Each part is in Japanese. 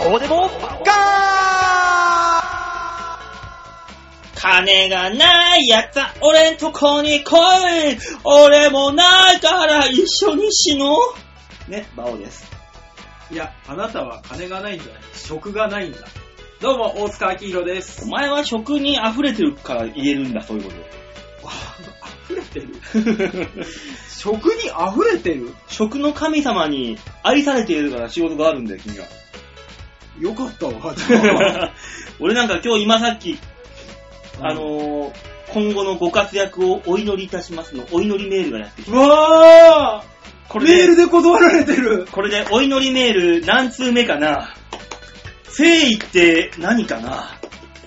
こうでもガー。金がないやつは俺んとこに来い。俺もないから一緒に死のう。ね、バオです。 いや、あなたは金がないんじゃない、食がないんだ。どうも、大塚明宏です。 お前は食に溢れてるから言えるんだ、そういうこと。 溢れてる食に溢れてる。 食の神様に愛されているから仕事があるんだよ、君は。 よかったわ。 俺なんか今日今さっき、今後のご活躍をお祈りいたしますのお祈りメールがやってきた。 わー、これメールで断られてる。 これでお祈りメール何通目かな。誠意って何かな。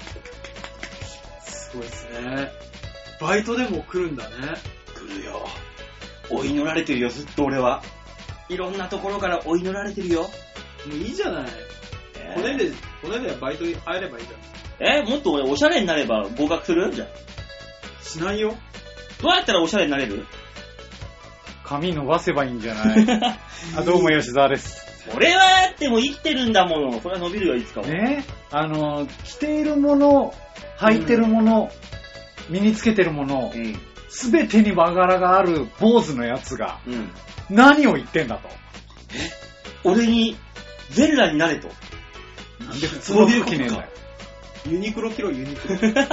すごいですね。バイトでも来るんだね。 来るよ。お祈られてるよ、ずっと俺は。いろんなところからお祈られてるよ。 もういいじゃない。骨でバイトに入ればいいじゃん。 もっと俺おしゃれになれば合格するじゃん。 しないよ。 どうやったらおしゃれになれる？ 髪伸ばせばいいんじゃないあ、どうも吉沢です。 それはやっても生きてるんだもの。それは伸びるよ、いつかは。 ね、着ているもの、履いてるもの、身につけてるもの、すべてに和柄がある坊主のやつが、何を言ってんだと。 俺に全裸になれと。 なんで普通の服着ねえんだよ。 ユニクロ着ろ、ユニクロ。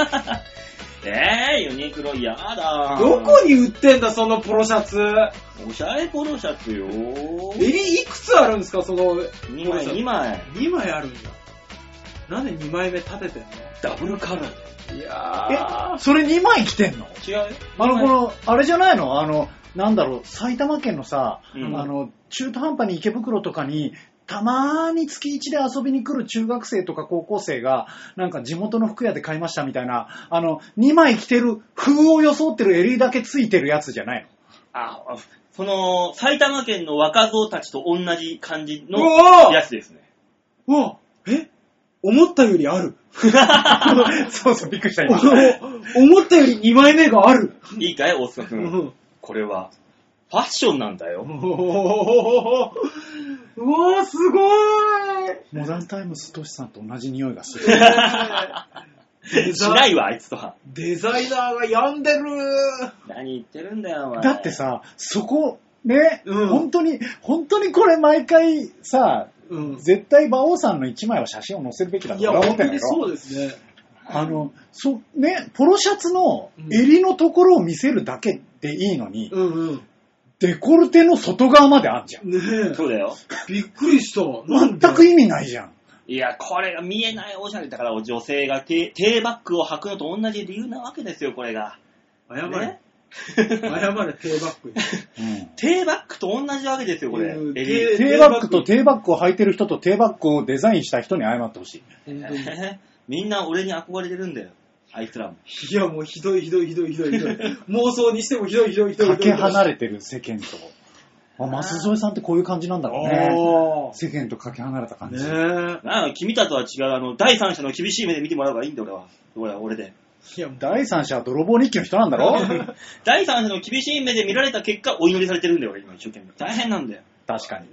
ユニクロ嫌だ。 どこに売ってんだ、そのポロシャツ。 おしゃれポロシャツよ。 襟いくつあるんですか、その 2枚。 2枚あるんだ。なんで2枚目立ててんの？ ダブルカラー。 いやそれ2枚着てんの？ 違うよ。 この、あれじゃないの？なんだろう、埼玉県のさ、中途半端に池袋とかに、たまーに月1で遊びに来る中学生とか高校生が、なんか地元の服屋で買いましたみたいな、2枚着てる風を装ってる襟だけついてるやつじゃないの？ その、埼玉県の若造たちと同じ感じのやつですね。 うわ、思ったよりある。 そうそう、びっくりした今。思ったより2枚目がある。 いいかい、大塚くん。これは、ファッションなんだよ。 うわー、すごーい。 モダンタイムストシさんと同じ匂いがする。 しないわ、あいつとは。 デザイナーが病んでる。 何言ってるんだよ、お前。 だってさ、そこ、ね、本当にこれ毎回さ、絶対馬王さんの1枚は写真を載せるべきだと思ってんだけど。 そうですね。 ポロシャツの襟のところを見せるだけでいいのに、デコルテの外側まであんじゃん。 ねえ。 そうだよ。 びっくりした。 全く意味ないじゃん。 いや、これが見えないおしゃれだから女性がテーバッグを履くのと同じ理由なわけですよ、これが。 謝れ。謝れ、テーバッグに。 テーバッグと同じわけですよ、これ。 テーバッグとテーバッグを履いてる人とテーバッグをデザインした人に謝ってほしい。 みんな俺に憧れてるんだよ。あいつらも。 いや、もうひどい。妄想にしてもひどい。 かけ離れてる世間と。舛添さんってこういう感じなんだろうね。世間とかけ離れた感じ。 君たちとは違う、第三者の厳しい目で見てもらうからいいんだよ、俺で。 いや、第三者は泥棒日記の人なんだろ第三者の厳しい目で見られた結果、お祈りされてるんだよ、俺今一生懸命。大変なんだよ。 確かに。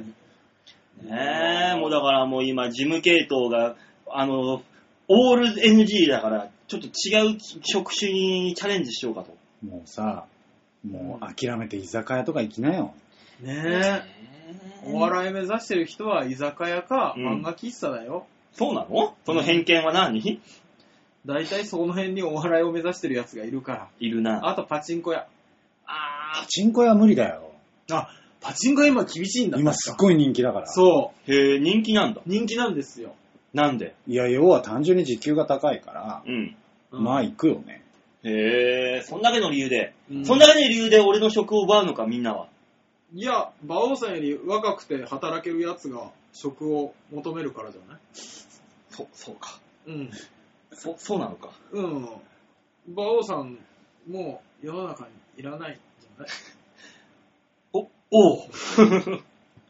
もうだからもう今、事務系統が、オール NG だから、ちょっと違う職種にチャレンジしようかと。 もう諦めて居酒屋とか行きなよ。 ねえ。お笑い目指してる人は居酒屋か漫画喫茶だよ。 そうなの？その偏見は何？ 大体その辺にお笑いを目指してるやつがいるから。 いるな。 あとパチンコ屋。 パチンコ屋は無理だよ。 パチンコ屋今厳しいんだ。 今すっごい人気だから。 そう。 へぇ、人気なんだ。 人気なんですよ。 なんで？ いや、要は単純に時給が高いから、まあ行くよね。 へぇ、そんだけの理由で、そんだけの理由で俺の職を奪うのか、みんなは。 いや、馬王さんより若くて働けるやつが職を求めるからじゃない？ そうか。そうなのか。 馬王さんもう世の中にいらないんじゃない？ おう。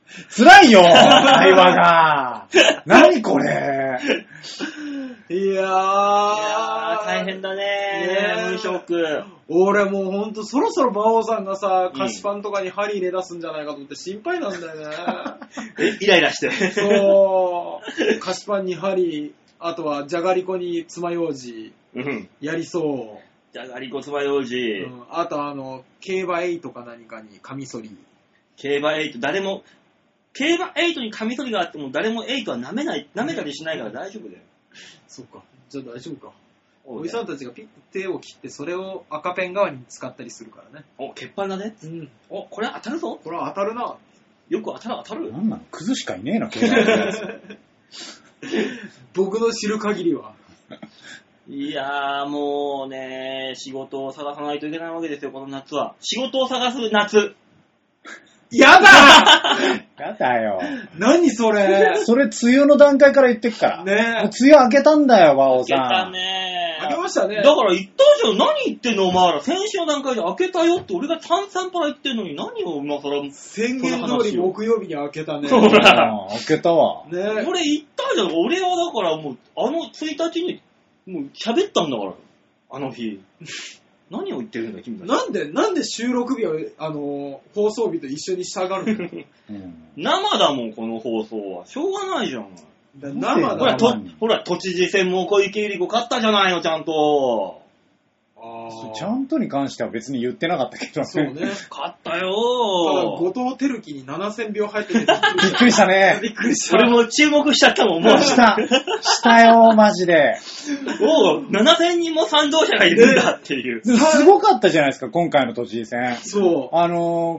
辛いよ、会話が。何これ。 いやー、 大変だね無職。 俺もうほんとそろそろ馬王さんがさ、菓子パンとかに針入れ出すんじゃないかと思って心配なんだよね。 イライラして。 そう。菓子パンに針、あとはじゃがりこに爪楊枝、やりそう。 じゃがりこ爪楊枝。 あと競馬8か何かにカミソリ。 競馬8、誰も、競馬8にカミソリがあっても誰も8は舐めたりしないから大丈夫だよ。 そうか。じゃあ大丈夫か。おじさんたちがピッて手を切ってそれを赤ペン代わりに使ったりするからね。 お、鉄板だね。お、これ当たるぞ。 これは当たるな。 よく当たる。 なんなの、クズしかいねえな、経済僕の知る限りは。 いやーもうね、仕事を探さないといけないわけですよ、この夏は。仕事を探す夏。 やだやだよ。 何それ。 それ、梅雨の段階から言ってくから。 ねえ。 もう梅雨明けたんだよ、馬王さん。 明けたね。 明けましたね。 だから言ったじゃん。何言ってんのお前ら。先週の段階で明けたよって俺が三々から言ってんのに何を今更。 宣言通り木曜日に明けたね。 そうだ。 明けたわ。 ね。 俺言ったじゃん。俺はだからもう、1日にもう喋ったんだから。あの日。何を言ってるんだ、君たち。 なんで収録日を、放送日と一緒に従うの、 生だもん、この放送は。しょうがないじゃん。 生だほら、ほら、都知事選も小池百合子勝ったじゃないの、ちゃんと。 ちゃんとに関しては別に言ってなかったけどね。 そうね。 勝ったよー。後藤輝樹に7000票入っててびっくりしたね。 びっくりした。 俺も注目しちゃったもん、もう。 したよ、マジで。 おう、7000人も賛同者がいるんだっていう。 すごかったじゃないですか、今回の都知事選。 そう。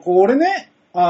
俺ね、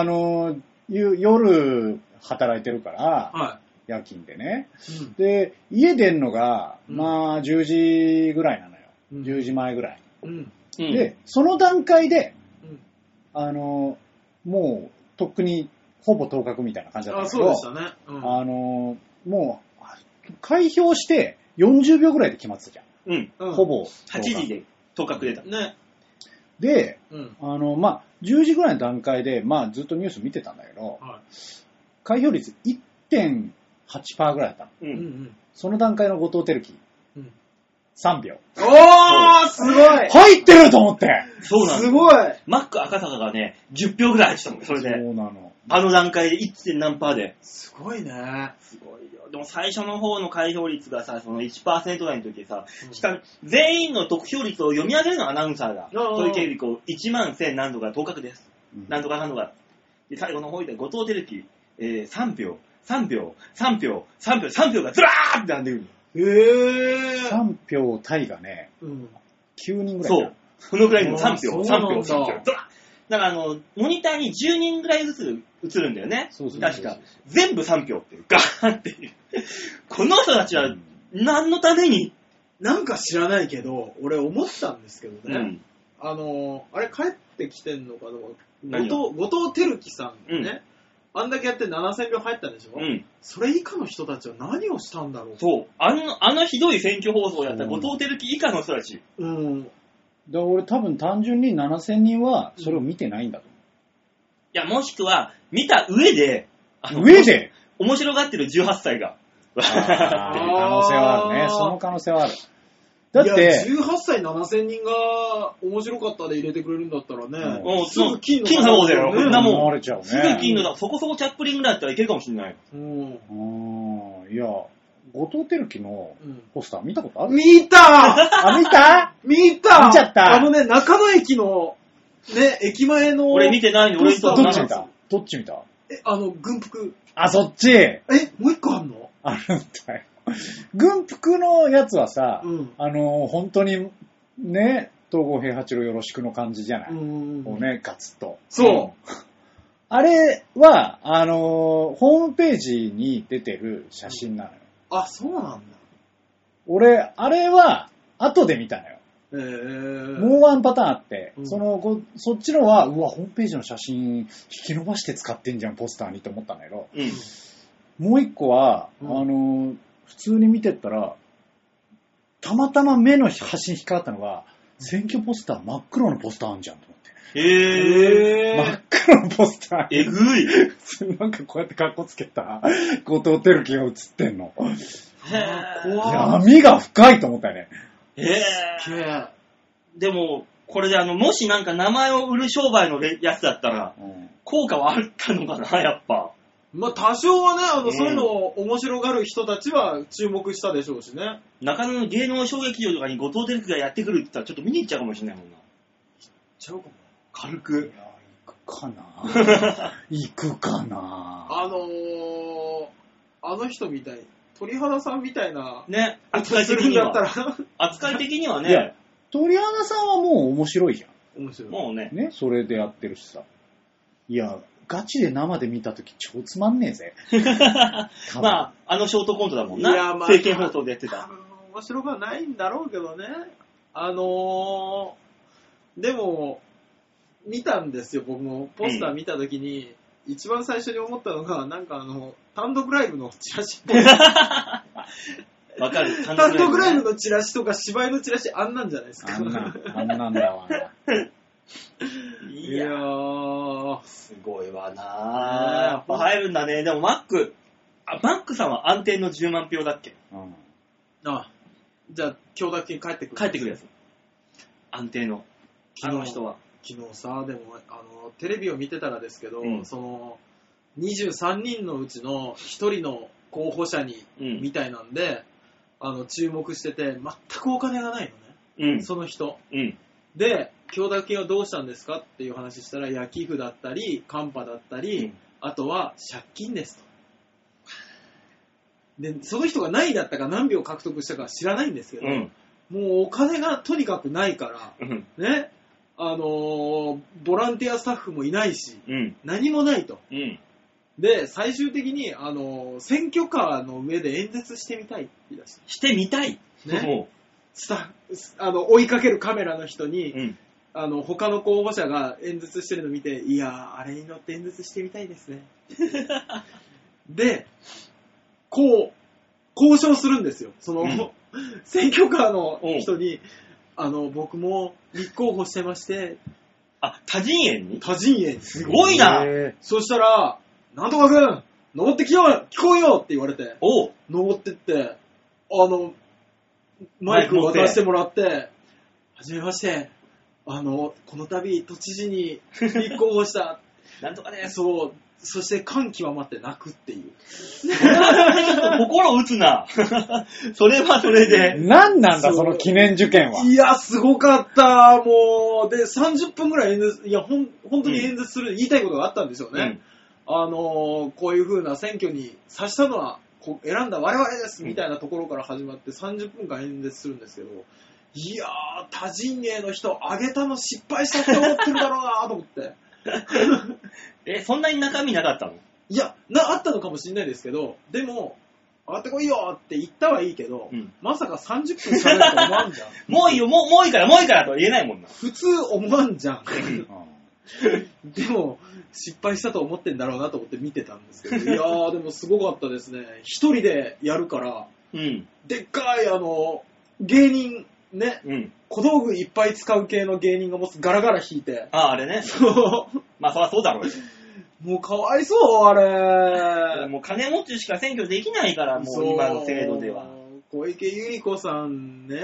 夜働いてるから、 はい、 夜勤でね。で、家出んのが、まあ、10時ぐらいなのよ。10時前ぐらい。で、その段階で、もう、とっくにほぼ当確みたいな感じだったんだけど、 そうでしたね。 もう、開票して40秒ぐらいで決まってたじゃん。ほぼ。 8時で当確出た。 ね。 で、まあ、10時ぐらいの段階で、まあ、ずっとニュース見てたんだけど、開票率 1.8% ぐらいだったの。その段階の後藤輝樹。3秒。 おーすごい入ってると思って。 そうなんすごい。 マック赤坂がね、10票ぐらい入ってたもん、それで。 そうなの。 あの段階で 1. 何パーで。 すごいね。 すごいよ。でも最初の方の開票率がさ、その 1% 台の時さ、全員の得票率を読み上げるのアナウンサーが。小池百合子1万1000何度か当確です。何度か何度か。で、最後の方で後藤輝樹、3票、3票、3票、3票、3票がずらーって並んでくる。 3票タイがね、9人ぐらい。 そう。このぐらいの3票、3票、3票。だからモニターに10人ぐらいずつ映るんだよね。確か。全部3票っていう。ガーンっていう。この人たちは何のためになんか知らないけど、俺思ったんですけどね。あれ帰ってきてんのかな、後藤輝樹さんね。あんだけやって7000票入ったんでしょ、それ以下の人たちは何をしたんだろう。 そう。あのひどい選挙放送をやった後藤輝樹以下の人たち。 だから俺多分単純に7000人はそれを見てないんだと思う。 いや、もしくは、見た上で、面白がってる18歳が。 可能性はあるね。その可能性はある。だって、 18歳7000人が面白かったで入れてくれるんだったらね、すぐ金の方だよ。なもん、すぐ金のだ。そこそこチャップリンぐらいだったらいけるかもしれない。 いや、後藤輝樹のポスター見たことある？ 見た見た見ちゃった。 中野駅の、ね、駅前の。 俺見てないの、俺どっち見た？ 軍服。 あ、そっち。 もう一個あんの？ あるんだよ。軍服のやつはさ、本当に、ね、東郷平八郎よろしくの感じじゃない。こうね、ガツッと。 そう。 あれは、ホームページに出てる写真なのよ。 あ、そうなんだ。 俺、あれは、後で見たのよ。もうワンパターンあって、そっちのは、うわ、ホームページの写真引き伸ばして使ってんじゃん、ポスターにって思ったんだけど、もう一個は、普通に見てったら、たまたま目の端に引っかかったのが、選挙ポスター、真っ黒のポスターあんじゃんと思って。真っのポスター。 えぐい。 なんかこうやってカッコつけた後藤輝樹が映ってんの。 怖い。 闇が深いと思ったよね。 でも、これでもしなんか名前を売る商売のやつだったら、効果はあったのかな、やっぱ。 まあ多少はね、そういうのを面白がる人たちは注目したでしょうしね。 中野の芸能小劇場とかに後藤輝樹がやってくるって言ったらちょっと見に行っちゃうかもしれないもんな。 行っちゃうかも。 軽く。 いや、行くかな行くかなあの人みたい、鳥肌さんみたいな。 ね、扱い的には。扱い的にはね。 鳥肌さんはもう面白いじゃん。 面白い。 もうね。 ね、それでやってるしさ。いや、ガチで生で見たとき超つまんねえぜ。 まあ、ショートコントだもんな。 いや、まあ、 政見放送でやってた。 面白くはないんだろうけどね。でも、見たんですよ、僕も。ポスター見たときに、一番最初に思ったのが、なんか単独ライブのチラシっぽい。 わかる。 単独ライブのチラシとか芝居のチラシあんなんじゃないですか。 あんなんだわな。 いやー、すごいわなー。やっぱ入るんだね。でもマックさんは安定の10万票だっけ？ じゃあ、今日だけ帰ってくる。 帰ってくるやつ。安定の。人は。 昨日さ、でも、テレビを見てたらですけど、23人のうちの1人の候補者に、みたいなんで、注目してて、全くお金がないのね。その人。で、今日だけはどうしたんですかっていう話したら、寄付だったり、カンパだったり、あとは借金ですと。で、その人が何位だったか何秒獲得したかは知らないんですけど、もうお金がとにかくないから、ね、ボランティアスタッフもいないし、何もないと。で、最終的に、選挙カーの上で演説してみたいって言い出した。 してみたいね。追いかけるカメラの人に、他の候補者が演説してるのを見て、いやー、あれに乗って演説してみたいですね。で、交渉するんですよ。選挙カーの人に、僕も立候補してまして。 多陣営に？ 多陣営に。 すごいな。 そしたら、なんとかくん、登ってきよう、聞こえよって言われて、登ってって、マイクを渡してもらって、はじめまして、この度、都知事に立候補した。 なんとかね。 そして感極まって泣くっていう。 心打つな。それはそれで。 何なんだ、その記念受験は。 いや、すごかった。もう、で、30分ぐらい演説、いや、本当に演説する、言いたいことがあったんですよね。こういう風な選挙に差したのは、選んだ我々ですみたいなところから始まって30分間演説するんですけど、いやー、多陣営の人、あげたの失敗したって思ってるだろうなと思って。 そんなに中身なかったの？ いや、あったのかもしれないですけど、でも、上がってこいよって言ったはいいけど、まさか30分喋ると思わんじゃん。 もういいよ、もういいからとは言えないもんな。 普通思わんじゃん。でも、失敗したと思ってんだろうなと思って見てたんですけど、いやー、でもすごかったですね。一人でやるから、でっかい芸人、ね、小道具いっぱい使う系の芸人が持つガラガラ引いて。 あれね。まあ、そりゃそうだろうよ。 もうかわいそう、あれ。 もう金持ちしか選挙できないから、もう今の制度では。 小池百合子さんね。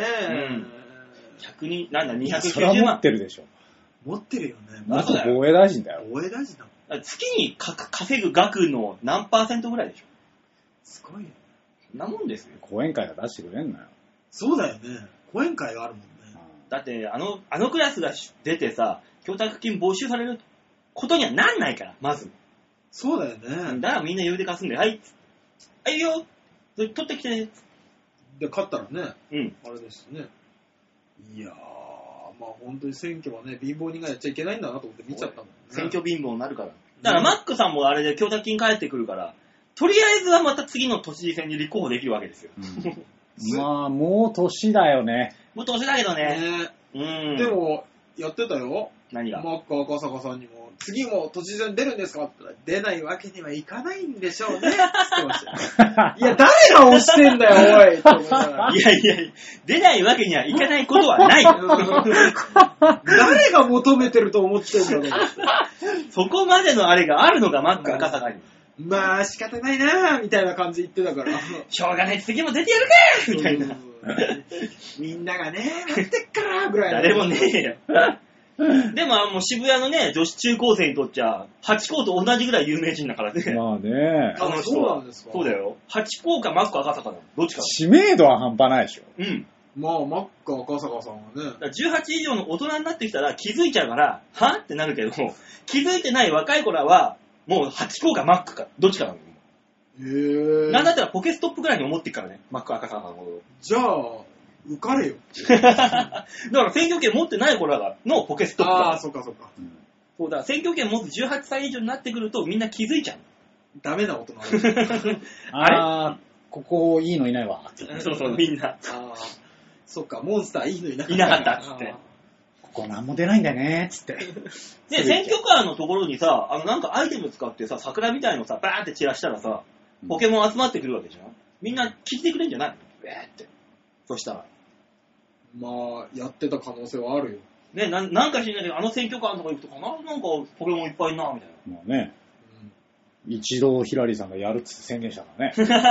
100人、なんだ、290万。 それは持ってるでしょ。 持ってるよね。 元防衛大臣だよ。 防衛大臣だもん。 月に稼ぐ額の何%ぐらいでしょ。 すごいよね。 そんなもんですよ。 講演会が出してくれんのよ。 そうだよね。講演会があるもんね。 だって、あのクラスが出てさ、供託金没収されることにはなんないから、まず。 そうだよね。 だからみんな言うて貸すんで、はい、いいよ、取ってきてね。 で、勝ったらね、あれですね。いやー、まあ本当に選挙はね、貧乏人がやっちゃいけないんだなと思って見ちゃったもんね。 選挙貧乏になるから。だからマックさんもあれで供託金返ってくるから、とりあえずはまた次の都知事選に立候補できるわけですよ。 まあ、もう年だよね。 もう年だけどね。 でも、 やってたよ。 何が？ マック赤坂さんにも、次も都知事選出るんですかって言ったら、出ないわけにはいかないんでしょうね。って言ってましたよ。いや、誰が押してんだよ、おい。って思いながら。 いやいや、出ないわけにはいかないことはない。 誰が求めてると思ってんだろうって。 そこまでのあれがあるのか、マック赤坂に。 まあ、仕方ないなぁ、みたいな感じ言ってたから。 しょうがない、次も出てやるかみたいな。 みんながね、待ってっからぐらいの。 誰もねえよ。でも、もう渋谷のね、女子中高生にとっちゃ、ハチ公と同じぐらい有名人だからね。 まあね。 あの人そうなんですか？ そうだよ。ハチ公かマック赤坂だ。どっちか。 知名度は半端ないでしょ。 うん。 まあ、マック赤坂さんはね。 18以上の大人になってきたら気づいちゃうから、はってなるけど、気づいてない若い子らは、もうハチ公かマックか、どっちかなの。 へぇー。 なんだったらポケストップぐらいに思ってっからね、マック赤坂のこと。 じゃあ、受かれよ。 だから選挙権持ってない子らがのポケストップだ。 ああ、そっかそっか。 そうだ、選挙権持つ18歳以上になってくるとみんな気づいちゃう。 ダメな大人あれここいいのいないわ。 そうそう、みんな。 ああ、そっか、モンスターいいのいなかった。 いなかったっつって。 ここなんも出ないんだよね、つって。 で、選挙カーのところにさ、なんかアイテム使ってさ、桜みたいのさ、バーンって散らしたらさ、ポケモン集まってくるわけじゃん。みんな聞いてくれんじゃないの？ベーって。そしたら。 まあ、やってた可能性はあるよ。 ね、なんか知んないけど、あの選挙カーのとこ行くとかなんかポケモンいっぱいいんな、みたいな。 もうね、一度ヒラリーさんがやるって宣言したからね。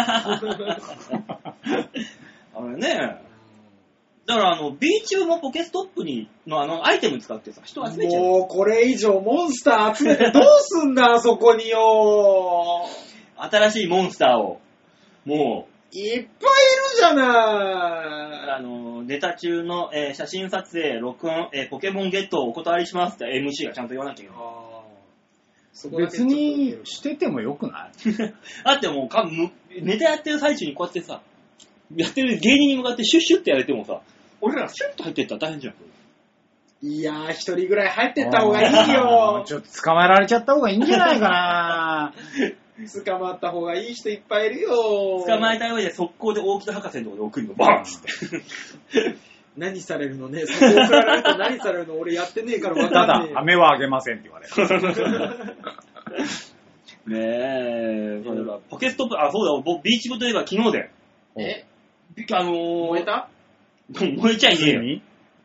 あれね、だからビーチ部もポケストップのアイテム使ってさ、人集めちゃう。 もう、これ以上モンスター集めてどうすんだ、あそこによ。 新しいモンスターを、もう、 いっぱいいるじゃない。 ネタ中の、写真撮影、録音、ポケモンゲットをお断りしますって MC がちゃんと言わなきゃいけない。 別にしててもよくないだってもうネタやってる最中にこうやってさ、やってる芸人に向かってシュッシュってやれてもさ、俺らシュッと入ってったら大変じゃん。 いやー、一人ぐらい入ってった方がいいよ。 ちょっと捕まえられちゃった方がいいんじゃないかな。 捕まった方がいい人いっぱいいるよ。 捕まえた上で速攻で大木戸博士のところで送るの、バーンっつって。 何されるのね、そこ送られると何されるの俺やってねえから分かんねえ。 ただ、飴はあげませんって言われる。 ねえ、そういえば、ポケストップ、そうだ、ビーチ部といえば昨日で。 燃えた？ 燃えちゃいねえよ。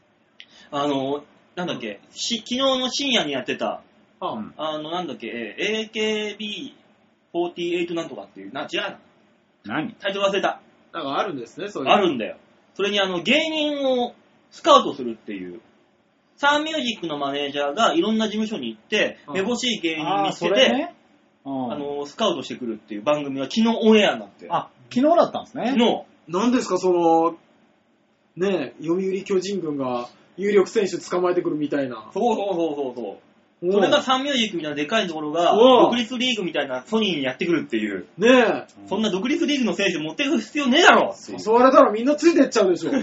なんだっけ、昨日の深夜にやってた、なんだっけ、AKB48 なんとかっていう、違うな。 何？ タイトル忘れた。 なんかあるんですね、そういうの。 あるんだよ。それに芸人をスカウトするっていう、サンミュージックのマネージャーがいろんな事務所に行って、めぼしい芸人見つけて、ね、スカウトしてくるっていう番組が昨日オンエアになって。 あ、昨日だったんですね。 昨日。 何ですか、ね、読売巨人軍が有力選手捕まえてくるみたいな。 そう。それがサンミュージックみたいなでかいところが、独立リーグみたいなソニーにやってくるっていう。 ねえ。 そんな独立リーグの選手持ってく必要ねえだろ。 誘われたらみんなついてっちゃうでしょ。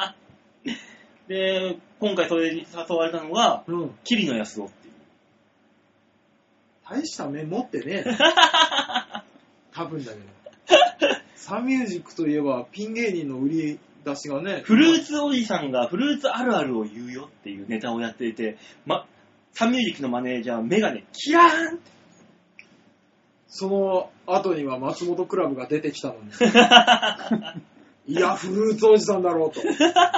で、今回それに誘われたのが、桐野安夫っていう。 大した面持ってねえ。多分だけど。サンミュージックといえば、ピン芸人の売り出しがね。 フルーツおじさんがフルーツあるあるを言うよっていうネタをやっていて、サンミュージックのマネージャー、メガネ、キラーンって。 その後には松本クラブが出てきたのに。いや、フルーツおじさんだろうと。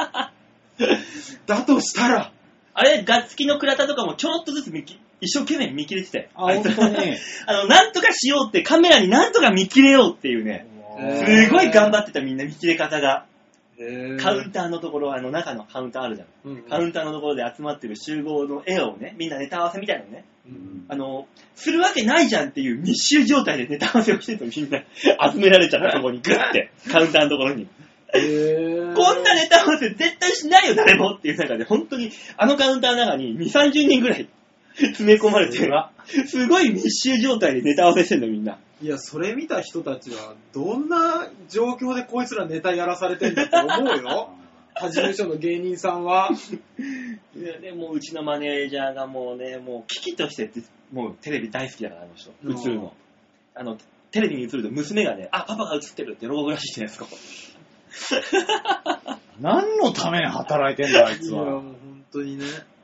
だとしたら。 あれ、ガッツキの倉田とかもちょろっとずつ一生懸命見切れてて。 本当に。 なんとかしようってカメラになんとか見切れようっていうね。すごい頑張ってたみんな見切れ方が。カウンターのところ、中のカウンターあるじゃん。カウンターのところで集まってる集合の絵をね、みんなネタ合わせみたいなのね。するわけないじゃんっていう密集状態でネタ合わせをしてるとみんな集められちゃったところにグッて、カウンターのところに。こんなネタ合わせ絶対しないよ誰もっていう中で、本当にカウンターの中に2、30人ぐらい詰め込まれて、すごい密集状態でネタ合わせしてんのみんな。 いや、それ見た人たちは、どんな状況でこいつらネタやらされてんだって思うよ。他事務所の芸人さんは。 いやでもうちのマネージャーがもうね、もう危機として、もうテレビ大好きだから、あの人。映るの。テレビに映ると娘がね、パパが映ってるって喜ぶらしいじゃないですか。 何のために働いてんだ、あいつは。 いや、もう本当にね。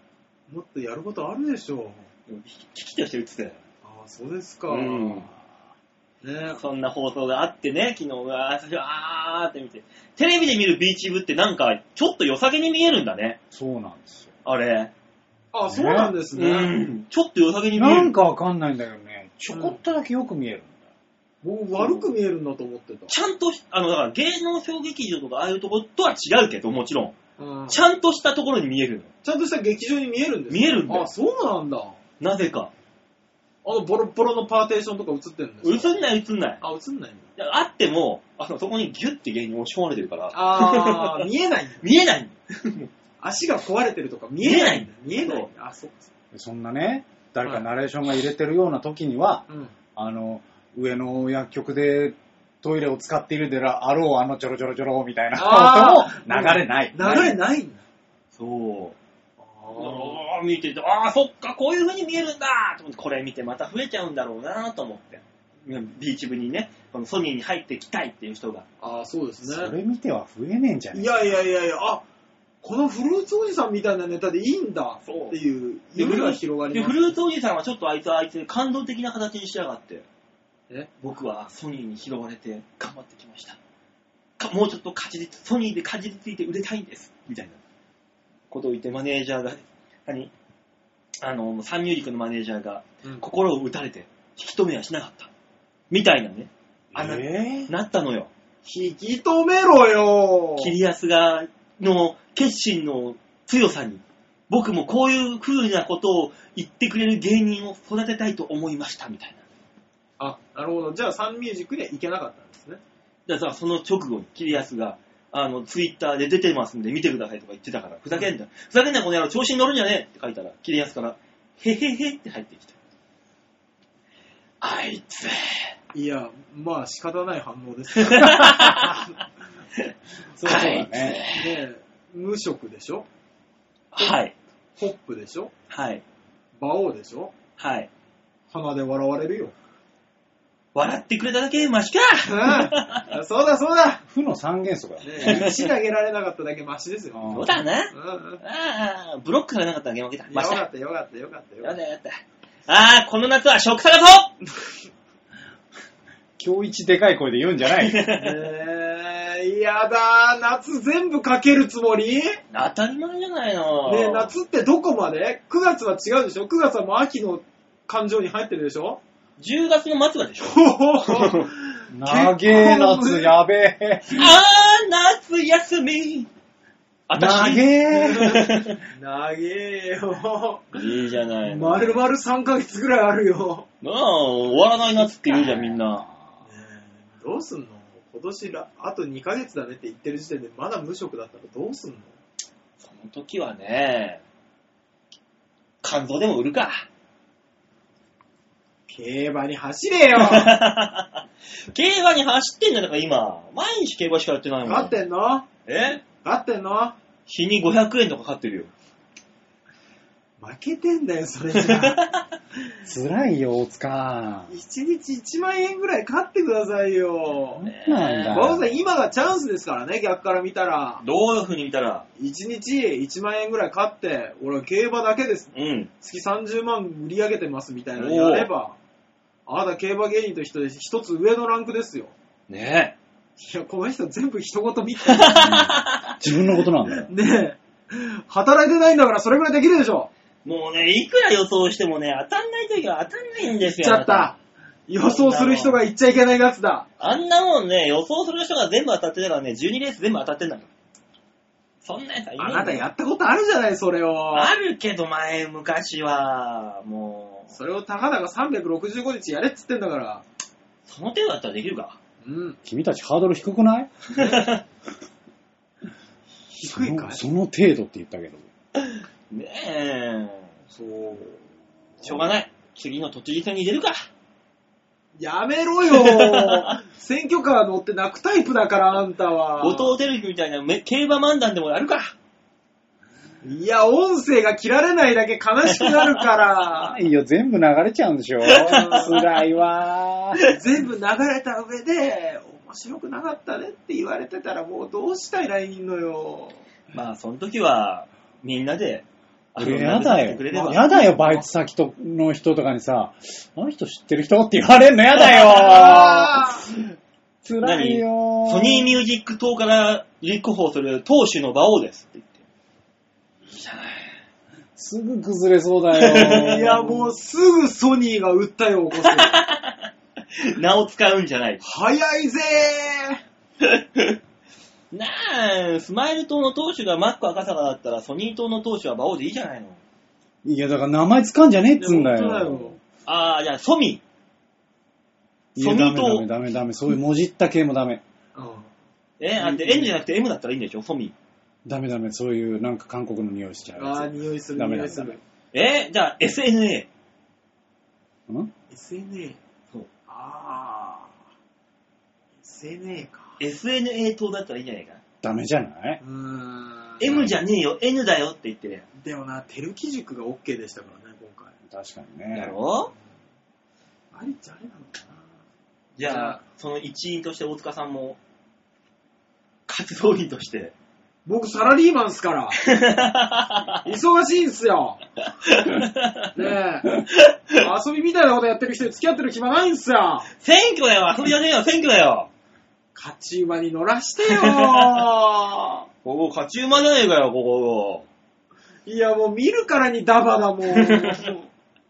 もっとやることあるでしょう。 危機として映ってたよ。 ああ、そうですか。 ね、そんな放送があってね、昨日は最初ーって見て、テレビで見るビーチ部ってなんかちょっと良さげに見えるんだね。 そうなんですよ。 あれ。 あ、そうなんですね。 ちょっと良さげに見える。 なんかわかんないんだけどね、ちょこっとだけよく見えるんだよ。 僕悪く見えるんだと思ってた。 ちゃんと、だから芸能小劇場とかああいうところとは違うけど、もちろん。ちゃんとしたところに見えるの。 ちゃんとした劇場に見えるんですか？ 見えるんだよ。 あ、そうなんだ。 なぜか。 ボロボロのパーテーションとか映ってるんですか？ 映んない。 あ、映んないんだ。 あっても、そこにギュッて芸人押し込まれてるから。 あー、見えないんだ。 見えない。 足が壊れてるとか見えないんだ。見えないんだ。あ、そうか。 そんなね、誰かナレーションが入れてるような時には、上の薬局でトイレを使っているであろうちょろちょろちょろみたいな音も流れない。 流れないんだ。 そう。見てて、そっか、こういう風に見えるんだと思って、これ見てまた増えちゃうんだろうなと思って。ビーチ部にね、このソニーに入ってきたいっていう人が。 ああ、そうですね。 それ見ては増えねえんじゃねえ。 いや、このフルーツおじさんみたいなネタでいいんだっていう夢が広がります。 フルーツおじさんはちょっとあいつ感動的な形にしやがって。僕はソニーに拾われて頑張ってきました。もうちょっとソニーでかじりついて売れたいんです。みたいなことを言ってマネージャーが、サンミュージックのマネージャーが心を打たれて引き止めはしなかった。みたいなね。なったのよ。 引き止めろよ。 キリヤスの決心の強さに、僕もこういう風なことを言ってくれる芸人を育てたいと思いましたみたいな。 あ、なるほど。じゃあサンミュージックには行けなかったんですね。 だからその直後にキリヤスがツイッターで出てますんで見てくださいとか言ってたから、ふざけんなこの野郎調子に乗るんじゃねえって書いたら、キリヤスからへへへって入ってきた。あいつ。 いや、まあ仕方ない反応です。 そうだね。 無職でしょ？ はい。 ホップでしょ？ はい。 馬王でしょ？ はい。 鼻で笑われるよ。 笑ってくれただけマシか。 そうだ。 負の三元素だね。石投げられなかっただけマシですよ。 そうだな。ブロックされなかっただけ負けた。マシだ。 よかった。 よかった。この夏は食探そう。 今日一でかい声で言うんじゃない。 やだ、夏全部かけるつもり？ 当たり前じゃないの。 ねえ、夏ってどこまで？ 9 月は違うでしょ？ 9 月はもう秋の感情に入ってるでしょ ？10月の末はでしょ。 長え夏、やべえ。 夏休み。 長え。 長えよ。 いいじゃないの。 丸々3ヶ月ぐらいあるよ。 終わらない夏って言うじゃん、みんな。 どうすんの？今年あと2ヶ月だねって言ってる時点でまだ無職だったらどうすんの？ その時はね、肝臓でも売るか。 競馬に走れよ。 競馬に走ってんだから今。毎日競馬しかやってないもん。 勝ってんの？勝ってんの？ 日に500円とか買ってるよ。 負けてんだよ、それじゃ。 辛いよ、大塚。 1日1万円ぐらい勝ってくださいよ。 なんだ。 馬王さん、今がチャンスですからね、逆から見たら。 どういう風に見たら ?1 日1万円ぐらい勝って、俺は競馬だけです。月30万売り上げてますみたいなのやれば、あなた競馬芸人として一つ上のランクですよ。 ねえ。いや、この人全部人事見て自分のことなんだよ。 ねえ。働いてないんだからそれぐらいできるでしょ。 もうね、いくら予想してもね、当たんないときは当たんないんですよ。 言っちゃった。予想する人が言っちゃいけないやつだ。 あんなもんね、予想する人が全部当たってたからね、12レース全部当たってんだから。そんなやつはいない。 あなたやったことあるじゃない、それを。 あるけど昔は、もう。 それをたかだか365日やれっつってんだから。 その程度だったらできるか。 君たちハードル低くない低いかい？ その程度って言ったけど。 ねえ。 そう。 しょうがない。次の都知事選に出るか。 やめろよ。選挙カー乗って泣くタイプだから、あんたは。 後藤輝樹みたいな競馬漫談でもやるか。 いや、音声が切られないだけ悲しくなるから。 いいよ、全部流れちゃうんでしょ。辛いわ。 全部流れた上で、面白くなかったねって言われてたらもうどうしたいらいいのよ。 その時は、みんなで、 俺やだよ。やだよ、バイト先の人とかにさ、あの人知ってる人って言われんのやだよ。辛いよ。 ソニーミュージック党から立候補する党首の馬王ですって言って。いいじゃない。 すぐ崩れそうだよ。 いや、もうすぐソニーが訴えを起こす。 名を使うんじゃない。 早いぜー。 なあ、スマイル党の党首がマック赤坂だったらソニー党の党首は馬王でいいじゃないの。 いや、だから名前使うんじゃねえっつんだよ。 ああ、じゃあソミ。 ソニー党。ダメ。そういうもじった系もダメ。 N じゃなくて M だったらいいんでしょ、ソミ。 ダメ。そういうなんか韓国の匂いしちゃう。 ああ、匂いする。 ダメ。 じゃあ SNA。 SNA。そう。ああ。SNA か。 SNA 党だったらいいんじゃないかな。 ダメじゃない？ M じゃねえよ、N だよって言ってる。 でもな、テルキ塾が OK でしたからね、今回。確かにね。 だろ？ あれじゃあれなのかな。 じゃあ、その一員として大塚さんも、活動員として。 僕サラリーマンっすから。忙しいんすよ。ねえ。遊びみたいなことやってる人に付き合ってる暇ないんすよ。 選挙だよ、遊びじゃねえよ、選挙だよ。 勝ち馬に乗らしてよー。 ここ勝ち馬じゃねえかよ、ここ。 いや、もう見るからにダバだもん。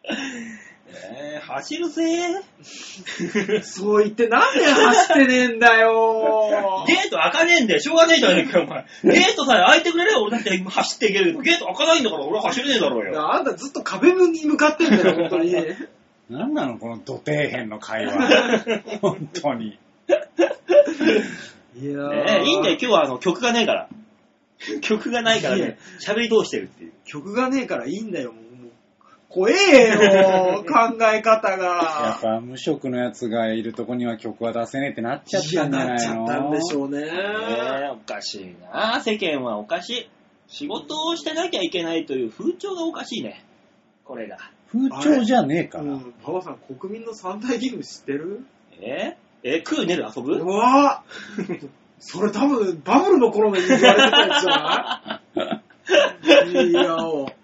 走るぜー。そう言ってなんで走ってねえんだよー。 ゲート開かねえんだよ、しょうがねえじゃねえかよ、お前。ゲートさえ開いてくれれば俺だって走っていけるけど、ゲート開かないんだから俺は走れねえだろうよ。 あんたずっと壁に向かってんだよ、本当に。 なんなのこの土底辺の会話。本当に。 いやいいんだよ、今日は曲がねえから。曲がないからね、喋り通してるっていう。 曲がねえからいいんだよ、もう。怖えよ、考え方が。 やっぱ無職のやつがいるとこには曲は出せねえってなっちゃったんじゃないの？ なっちゃったんでしょうね。 おかしいな、世間はおかしい。仕事をしてなきゃいけないという風潮がおかしいね。これが。 風潮じゃねえから。 パパさん、国民の三大義務知ってる？ 食う寝る遊ぶ？ うわぁそれ多分、バブルの頃に言われてたやつじゃないいや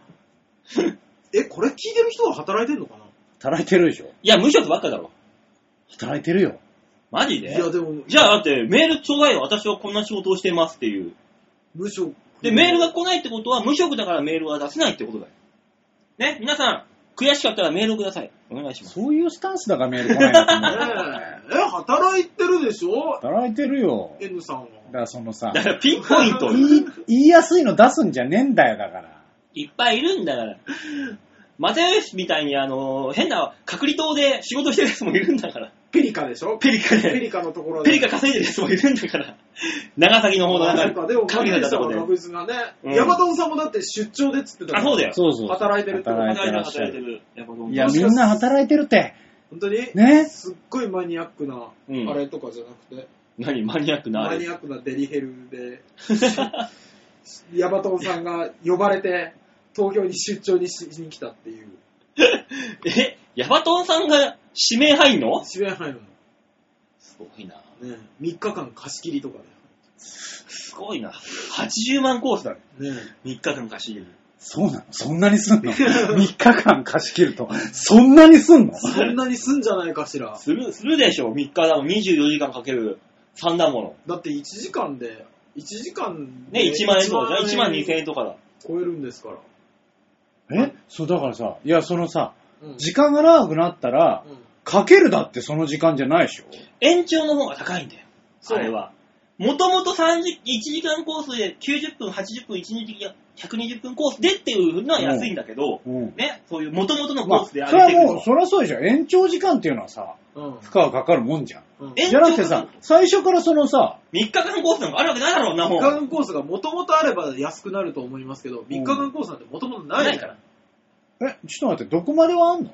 これ聞いてる人は働いてんのかな？ 働いてるでしょ。 いや、無職ばっかだろ。 働いてるよ。 マジで？ いや、でも。 じゃあ、だってメールちょうだいよ。私はこんな仕事をしてますっていう。 無職。 で、メールが来ないってことは、無職だからメールは出せないってことだよ。ね、皆さん、悔しかったらメールください。お願いします。 そういうスタンスだからメール来ないんだと思う。 働いてるでしょ？ 働いてるよ。 N さんは。 だからそのさ。 だからピンポイント。 言いやすいの出すんじゃねえんだよ、だから。 いっぱいいるんだから。マテウスみたいに変な隔離島で仕事してるやつもいるんだから。 ペリカでしょ？ ペリカで。 ペリカのところで。 ペリカ稼いでるやつもいるんだから。長崎の方の中でも、マテウスは確実がね。ヤバトンさんもだって出張でっつってたから。 あ、そうだよ。 そう。 働いてるってこと。 働いてる。 いや、みんな働いてるって。 本当に？ ね。 すっごいマニアックな、あれとかじゃなくて。 何マニアックなマニアックなデリヘルで、ヤバトンさんが呼ばれて、東京に出張にしに来たっていう。 ヤバトンさんが指名入んの？ 指名入るの。 すごいな。 ね、3日間貸し切りとかで。 すごいな。80万コースだね。 ね 3日間貸し切り。 そうなの？そんなにすんの？ 3 日間貸し切ると、そんなにすんの？ そんなにすんじゃないかしら。 するでしょ。3日だもん24時間かける3だもの。 だって1時間で、 ね、1万円とかじゃ1万2000円とかだ。 超えるんですから。 そうだからさ、いや、そのさ、時間が長くなったら、かけるだってその時間じゃないでしょ？ 延長の方が高いんだよ。それは。もともと1時間コースで90分、80分、1日120分コースでっていうのは安いんだけど、ね、そういうもともとのコースで上げていくと。 そりゃそうでしょ。延長時間っていうのはさ、負荷がかかるもんじゃん。じゃなくてさ、最初からそのさ、 3日間コースなんかあるわけないだろうな、もう。 3日間コースがもともとあれば安くなると思いますけど、3日間コースなんてもともとないから。 ちょっと待って、どこまではあんの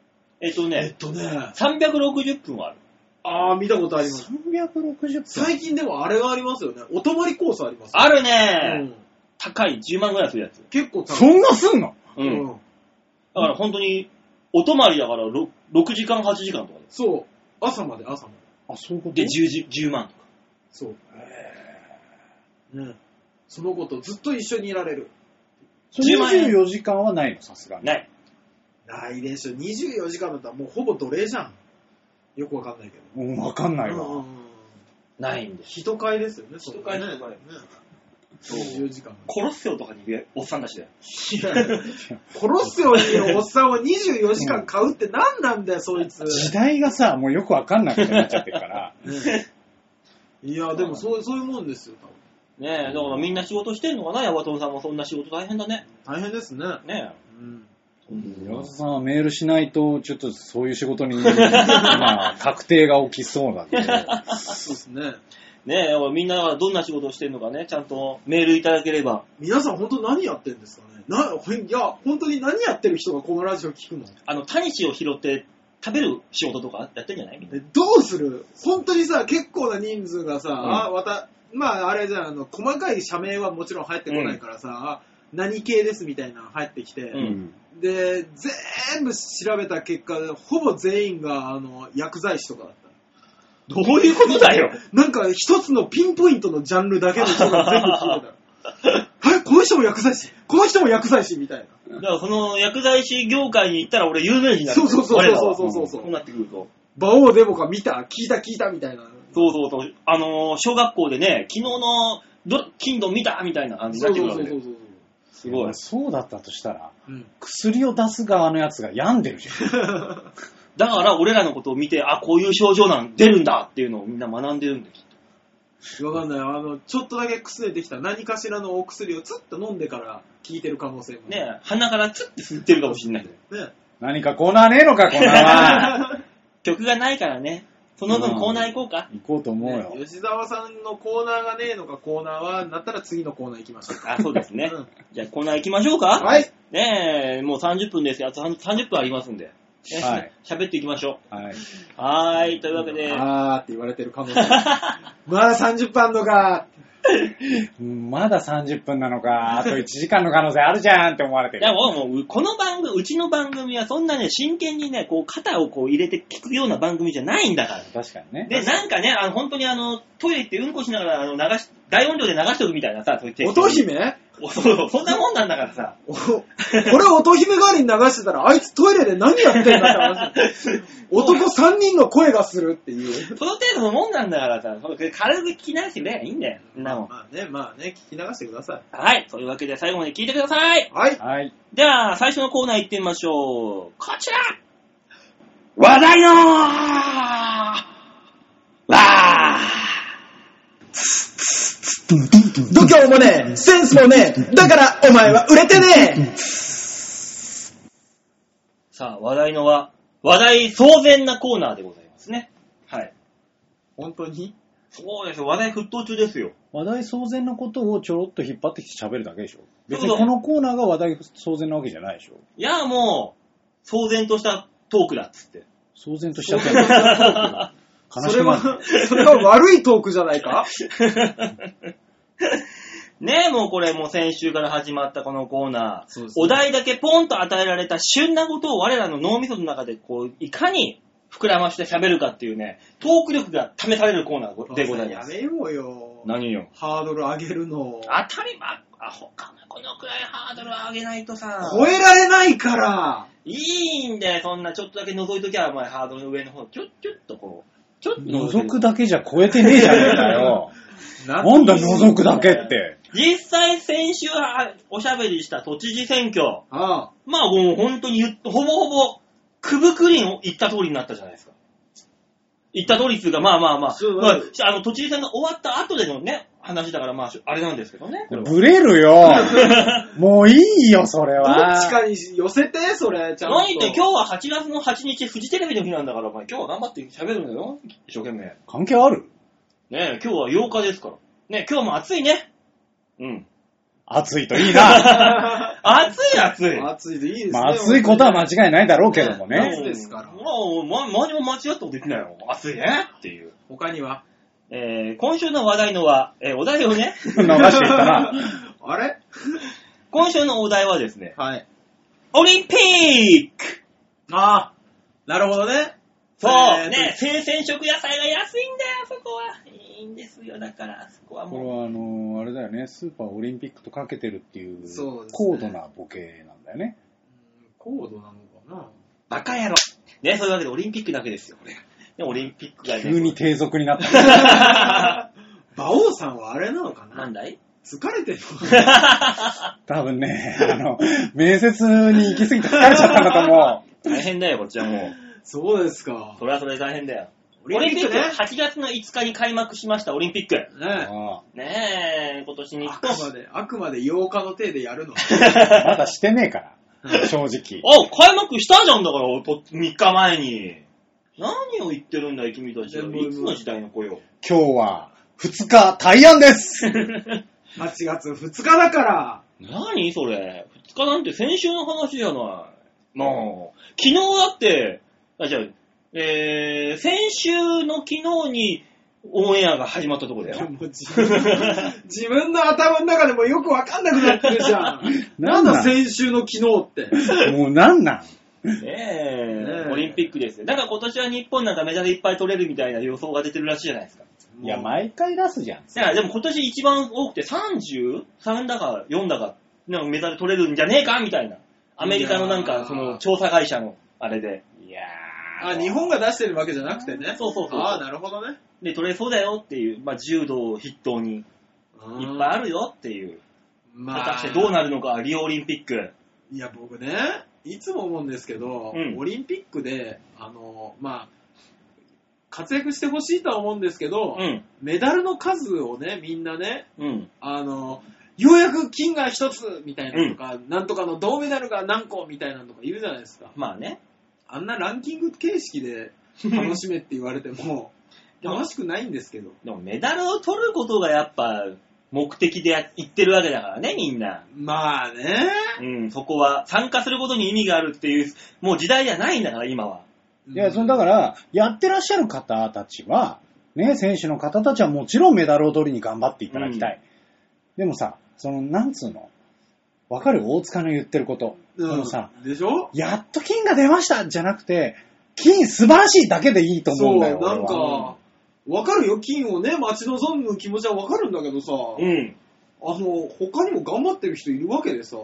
？360分はある。 あー、見たことあります。 360分。 最近でもあれがありますよね。お泊まりコースありますよ。 あるね、高い、10万ぐらいするやつ。 結構高い。 そんなすんの？ だから本当に、お泊まりだから 6時間、8時間とかで。 そう。朝まで。あ、 そういうこと？ で、10万とか。 そう。ね。その子とずっと一緒にいられる。 24時間はないの、さすがに。 ない。 ないでしょ。24時間だったらもうほぼ奴隷じゃん。よくわかんないけど。 わかんないわ。 ないんです。 人買いですよね。 人買いね。 24時間。 コロッセオとかにいるおっさんたちだよ。 コロッセオにいるおっさんを24時間買うって何なんだよ、そいつ。 時代がさ、もうよくわかんなくなっちゃってるから。 いや、でもそういうもんですよ、多分。 ねえ、だからみんな仕事してんのかな、ヤバトンさんもそんな仕事大変だね。 大変ですね。 ねえ。ヤバトンさんはメールしないと、ちょっとそういう仕事に、まあ、確定が起きそうなんで。 そうですね。 ねえ、みんながどんな仕事をしてるのかね、ちゃんとメールいただければ。 皆さん本当何やってるんですかね。いや、本当に何やってる人がこのラジオ聞くの？ タニシを拾って食べる仕事とかやってんじゃない？ どうする？本当にさ、結構な人数がさ、まああれじゃん、細かい社名はもちろん入ってこないからさ、何系ですみたいなの入ってきて、で、全部調べた結果、ほぼ全員が薬剤師とかだった。 どういうことだよ。 なんか一つのピンポイントのジャンルだけの人が全部聞いてた。はい、この人も薬剤師、この人も薬剤師みたいな。 だからその薬剤師業界に行ったら俺有名人になる。 そう。 そうなってくると。 馬王デモか見た聞いたみたいな。 そう。小学校でね、昨日の金土見たみたいな感じになってくるわけで。すごい。 そうだったとしたら、薬を出す側のやつが病んでるじゃん。 だから俺らのことを見て、こういう症状出るんだっていうのをみんな学んでるんだよ。 わかんない。ちょっとだけくすねてきた何かしらのお薬をつっと飲んでから効いてる可能性も。 ねえ、鼻からつって吸ってるかもしれない。 ね、 何かコーナーねえのか、コーナーは。 曲がないからね。その分コーナー行こうか。 行こうと思うよ。 吉沢さんのコーナーがねえのか、コーナーは、なったら次のコーナー行きましょう。 そうですね。じゃあコーナー行きましょうか。 はい。 ねえ、もう30分ですよ。あと30分ありますんで。はい。喋っていきましょう。はい。というわけで。 って言われてる可能性。まだ30分あんのか。 まだ30分なのか。あと1時間の可能性あるじゃんって思われてる。 いや、もう、この番組、うちの番組はそんなね、真剣にね、こう、肩をこう入れて聞くような番組じゃないんだから。 確かにね。 で、なんかね、本当にトイレ行ってうんこしながら、大音量で流しておくみたいなさ、そういう音姫？ そんなもんなんだからさ。 これ音姫代わりに流してたら、あいつトイレで何やってんだって話。男3人の声がするっていう。 その程度のもんなんだからさ、軽く聞き流してくれいいんだよ。 まあね、聞き流してください。 はい。というわけで最後まで聞いてください。 はい。 では、最初のコーナー行ってみましょう。こちら話題の度胸もねえ、センスもねえ、だからお前は売れてねえ。 さあ、話題騒然なコーナーでございますね。はい。 本当に？ そうですよ。話題沸騰中ですよ。 話題騒然のことをちょろっと引っ張ってきて喋るだけでしょ。別にこのコーナーが話題騒然なわけじゃないでしょ。 いや、もう、騒然としたトークだっつって。 騒然としちゃったんそれは悪いトークじゃないか？ ねえ、もうこれもう先週から始まったこのコーナー。ね、お題だけポンと与えられた旬なことを我らの脳みその中でこう、いかに膨らまして喋るかっていうね、トーク力が試されるコーナーでございます。 やめようよ。 何よ。 ハードル上げるの。 当たり前。他のこのくらいハードル上げないとさ。 超えられないから。 いいんだよ、そんなちょっとだけ覗いときゃ、お前ハードルの上の方、キュッとこう。ちょっと覗くだけじゃ超えてねえじゃねえかよ。なんだ覗くだけって。 実際先週おしゃべりした都知事選挙。 まあもう本当にほぼほぼ、くぶくりの言った通りになったじゃないですか。言った通りっていうか、都知事選が終わった後でのね、話だからあれなんですけどね。 ブレるよ。もういいよ、それは。 どっちかに寄せて、それ、ちゃんと。 何って今日は8月の8日、フジテレビの日なんだから、お前今日は頑張って喋るんだよ。一生懸命。 関係ある？ ねえ、今日は8日ですから。ねえ、今日も暑いね。うん。 暑いといいな。 暑い。 暑いでいいですね。 まあ暑いことは間違いないだろうけどもね。 夏ですから。 何も間違ったことできないよ。暑いねっていう。 他には今週の話題のお題をね。 流していったな。 あれ今週のお題はですね。 はい。 オリンピックなるほどね。 そうね、生鮮食野菜が安いんだよ、そこは。いいんですよ、だから、そこはもう。 これはあれだよね、スーパーオリンピックとかけてるっていう、 そうですね、 高度なボケなんだよね。 高度なのかな。 バカ野郎。ね、そういうわけでオリンピックだけですよ、これ。ね、オリンピックがね。 急に低俗になった。 馬王さんはあれなのかな。 なんだい？ 疲れてるのか多分ね、面接に行き過ぎて疲れちゃったんだと思う。大変だよ、こっちはもう。 そうですか。 それはそれで大変だよ。 オリンピックね。 8月の5日に開幕しましたオリンピック。ねえ、今年にあくまで8日の手でやるの。 まだしてねえから、正直。 開幕したじゃんだから、3日前に。何を言ってるんだい、君たちは。いつの時代の子よ。 今日は2日、大安です。 8月2日だから。 何それ。2日なんて先週の話じゃない。もう、昨日だって、先週の昨日にオンエアが始まったところだよ。 もう自分の頭の中でもよくわかんなくなってるじゃん。なんだ先週の昨日って。 もうなんなんねえ、オリンピックですよ。だから今年は日本なんかメダルいっぱい取れるみたいな予想が出てるらしいじゃないですか。 いや、毎回出すじゃん。 だからでも今年一番多くて33だか4だか、なんかメダル取れるんじゃねえかみたいな。アメリカのなんかその調査会社のあれで。 いやー。日本が出してるわけじゃなくてね。 そう。 ああ、なるほどね。 で、取れそうだよっていう、柔道を筆頭にいっぱいあるよっていう。果たしてどうなるのか、リオオリンピック。 いや、僕ね、いつも思うんですけど、オリンピックで、活躍してほしいとは思うんですけど、メダルの数をね、みんなね、ようやく金が一つみたいなのとか、なんとかの銅メダルが何個みたいなのとか言うじゃないですか。 まあね。 あんなランキング形式で楽しめって言われても、楽しくないんですけど。 でもメダルを取ることがやっぱ目的で言ってるわけだからね、みんな。 まあね。 そこは参加することに意味があるっていう、もう時代じゃないんだから、今は。 いや、だから、やってらっしゃる方たちは、ね、選手の方たちはもちろんメダルを取りに頑張っていただきたい。でもさ、なんつうの、わかる？大塚の言ってること。 でしょ？ やっと金が出ましたじゃなくて、金素晴らしいだけでいいと思うんだよ。 そう、なんか、わかるよ、金をね、待ち望む気持ちはわかるんだけどさ、他にも頑張ってる人いるわけでさ、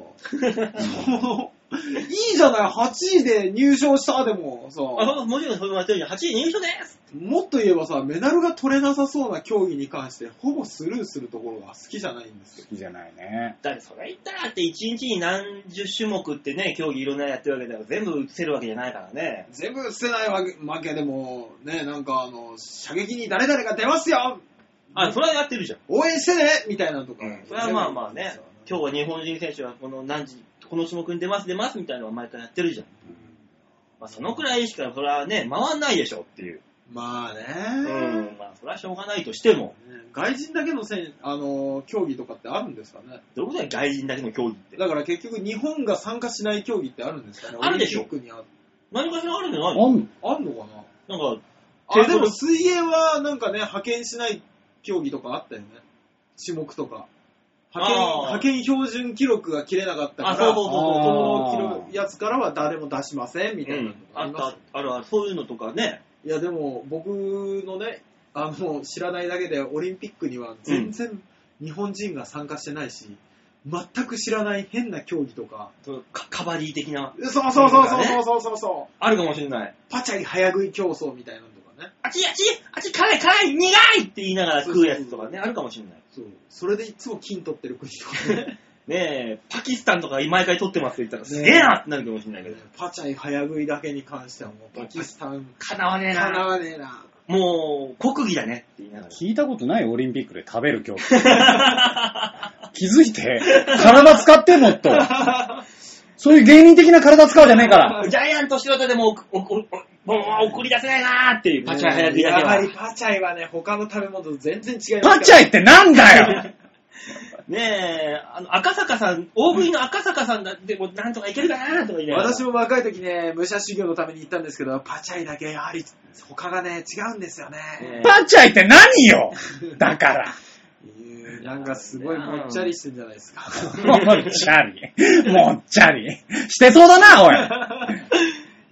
いいじゃない、8位で入賞したでもさ。 もちろんそれもやってるじゃん。8位入賞です。 もっと言えばさ、メダルが取れなさそうな競技に関して、ほぼスルーするところが好きじゃないんですよ。 好きじゃないね。 だってそれ言ったらって1日に何十種目ってね、競技いろんなやってるわけだから全部映せるわけじゃないからね。 全部映せないわけでも、ね、なんか射撃に誰々が出ますよ、 それはやってるじゃん。 応援してねみたいなとか。 それはまあね、今日は日本人選手はこの種目に出ますみたいなのを毎回やってるじゃん。そのくらいしかそれはね、回んないでしょっていう。 まあね。 それはしょうがないとしても。 外人だけの競技とかってあるんですかね。 どういうことだよ、外人だけの競技って。 だから結局日本が参加しない競技ってあるんですかね。 あるでしょ。 オリンピックに何かしらあるんじゃないの？ あんのかな。 なんか、 でも水泳はなんかね、派遣しない競技とかあったよね。種目とか。派遣標準記録が切れなかったから、そのやつからは誰も出しませんみたいなのとかあります。 ある、そういうのとかね。 いやでも僕のね、知らないだけでオリンピックには全然日本人が参加してないし、全く知らない変な競技とか。 カバディ的な。 そう。 あるかもしれない。 パチャリ早食い競争みたいなのとかね。 あっち、辛い、苦いって言いながら食うやつとかね、あるかもしれない。 それでいつも金取ってる国とかね。 ねえ、パキスタンとか毎回取ってますって言ったらすげえなってなるかもしれないけど。 パチャリ早食いだけに関してはもうパキスタン。 かなわねえな。もう、国技だねって言いながら。 聞いたことないオリンピックで食べる競技。気づいて、体使ってもっと。そういう芸人的な体使うじゃねえから。 ジャイアント白田でも送り出せないなーっていうパチャイ早食いだけは。 やはりパチャイはね、他の食べ物と全然違いますから。 パチャイってなんだよねえ、赤坂さん、大食いの赤坂さんだってもなんとかいけるかなとか言いながら。 私も若い時ね、武者修行のために行ったんですけど、パチャイだけやはり他がね、違うんですよね。 パチャイって何よだから。 なんかすごいもっちゃりしてんじゃないですか。 もっちゃり。してそうだな、おい。 ね、なん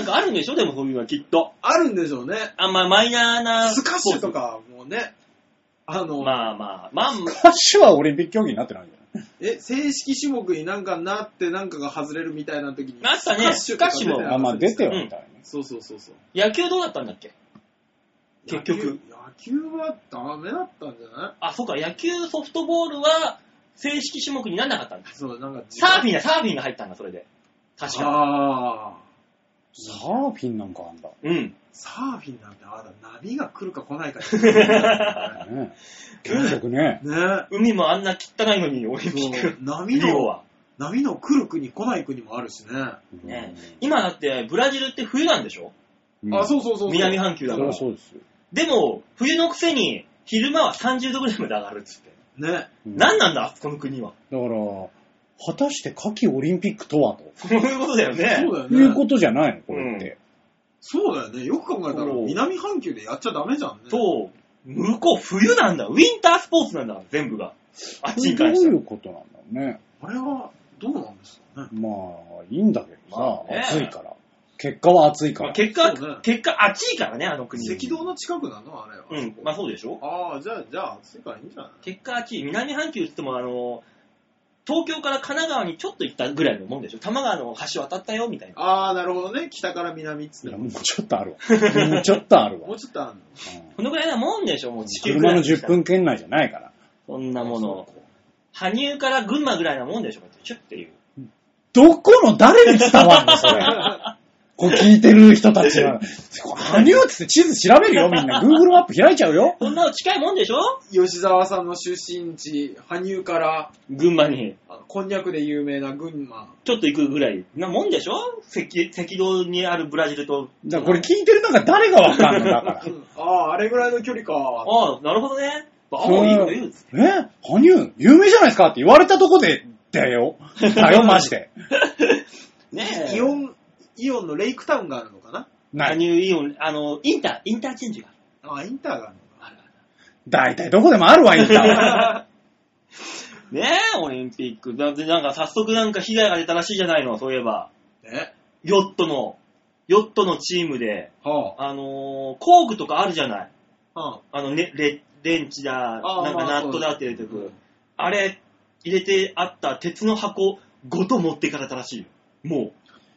なんかあるんでしょでもそういうのはきっと。 あるんでしょうね。 マイナーな。 スカッシュとかもね。 まあ。 スカッシュはオリンピック競技になってないんじゃない？ 正式種目になんかなってなんかが外れるみたいな時に。 なったね。スカッシュも。 まあ出てはみたいね。 そう。 野球どうだったんだっけ結局。 野球はダメだったんじゃない？ あ、そうか。野球ソフトボールは正式種目にならなかったんだ。 そう、なんかサーフィンが入ったんだ、それで。確か。 ああ。 サーフィンなんかあんだ。 うん。 サーフィンなんて波が来るか来ないかね。強弱ね。 海もあんな汚いのに、オリンピック。 波の来る国来ない国もあるしね。 今だってブラジルって冬なんでしょ？ あ、そう。 南半球だから。 そうですよ。 でも、冬のくせに昼間は30度ぐらいまで上がるっつって。 ね。 何なんだ、この国は。 だから、果たして夏季オリンピックとはと。 そういうことだよね。 そうだよね。 いうことじゃないのこれって。 そうだよね。よく考えたら南半球でやっちゃダメじゃんね。 そう。向こう冬なんだ。ウィンタースポーツなんだ。全部が。あっちに関しては。 どういうことなんだろうね。 あれはどうなんですかね。 まあ、いいんだけどさ、暑いから。結果は暑いから。 結果暑いからね、あの国。 赤道の近くなのあれは。 うん。まあそうでしょ。 ああ、じゃあ暑いからいいんじゃない？ 結果暑い。南半球って言っても東京から神奈川にちょっと行ったぐらいのもんでしょ。多摩川の橋渡ったよ、みたいな。 ああ、なるほどね。北から南っつって。 もうちょっとあるわ。もうちょっとあるわ。 もうちょっとあるの。 このぐらいなもんでしょ、もう地球車の10分圏内じゃないから。 そんなもの。羽生から群馬ぐらいなもんでしょ、チュッっていう。 どこの誰に伝わんの、それ。こう聞いてる人たちは。羽生って地図調べるよ、みんな。Google マップ開いちゃうよ。 こんなの近いもんでしょ？ 吉沢さんの出身地、羽生から群馬に。 こんにゃくで有名な群馬。 ちょっと行くぐらいなもんでしょ？赤道にあるブラジルと。 だからこれ聞いてるのが誰がわかんのだから。 あれぐらいの距離か。 ああ、なるほどね。もういいこと言う。 羽生、有名じゃないですかって言われたとこで、だよ、マジで。 ねえ。イオンのレイクタウンがあるのかな？ 羽生イオン、インターチェンジがある。 インターがあるのか。 大体どこでもあるわ、インターは。 ねえ、オリンピック。なんか早速なんか被害が出たらしいじゃないの、そういえば。ヨットのチームで、工具とかあるじゃない。レンチだ、なんかナットだって入れてく。あれ、入れてあった鉄の箱ごと持っていかれたらしいよ。もう。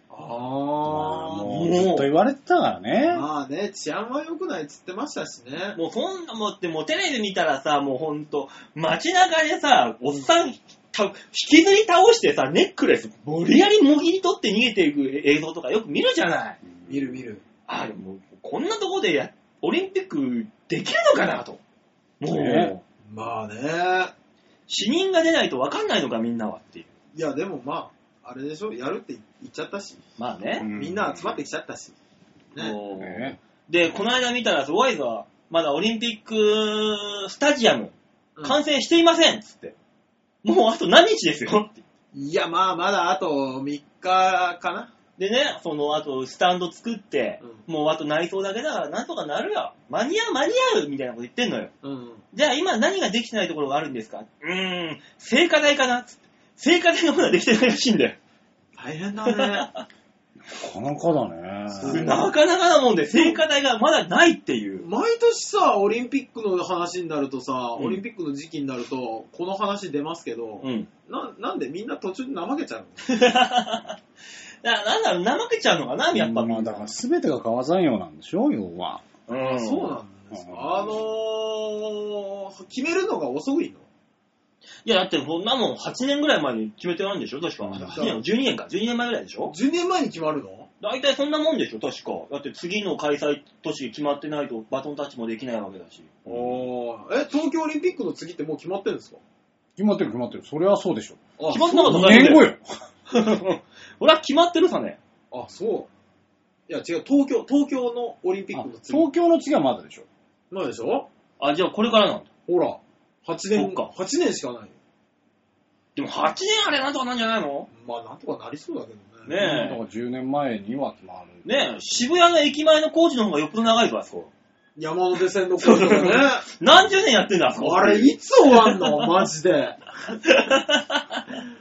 もうずっと言われてたからね。 まあね、治安は良くないっつってましたしね。 もうそんなもんってもうテレビ見たらさ、もうほんと街中でさ、おっさん引きずり倒してさ、ネックレス無理やりもぎり取って逃げていく映像とかよく見るじゃない。 見る。 あれもうこんなとこでオリンピックできるのかなと。もう、 まあね。 死人が出ないと分かんないのかみんなはっていう。 いやでもまああれでしょ、やるって言っちゃったし。 まあね。 みんな集まってきちゃったし。ね。 で、この間見たらすごいぞ。まだオリンピックスタジアム、完成していませんっつって。もうあと何日ですよって。 いやまあまだあと3日かな。 でね、その後スタンド作って、もうあと内装だけだからなんとかなるよ。間に合うみたいなこと言ってんのよ。じゃあ今何ができてないところがあるんですか？聖火台かなっつって。聖火台のものはできてないらしいんだよ。 大変だね。なかなかだね。 なかなかなもんで、聖火台がまだないっていう。 毎年さ、オリンピックの話になるとさ、オリンピックの時期になると、この話出ますけど、なんでみんな途中で怠けちゃうの？ なんだろう、怠けちゃうのかな、やっぱ。 だから全てが川山用なんでしょ、要は。 そうなんですか。決めるのが遅いの？ いや、だってこんなもん8年ぐらい前に決めてないんでしょ、確か。12年前ぐらいでしょ？ 12 年前に決まるの？ 大体そんなもんでしょ、確か。だって次の開催都市決まってないとバトンタッチもできないわけだし。 東京オリンピックの次ってもう決まってるんですか？ 決まってる。それはそうでしょ。 決まってなかった 2年後よ。 俺は決まってるさね。 あ、そう。いや、違う、東京のオリンピックの次。 東京の次はまだでしょ。 まだでしょ？ じゃあこれからなんだ。 ほら、8年しかない。 でも8年あれなんとかなんじゃないの？ まあなんとかなりそうだけどね。 ねえ。だから10年前には決まる。 ねえ、渋谷の駅前の工事の方がよっぽど長いぞ、あそこ。 山手線の工事とかね。 何十年やってんだ、あそこ。 あれ、いつ終わんの？マジで。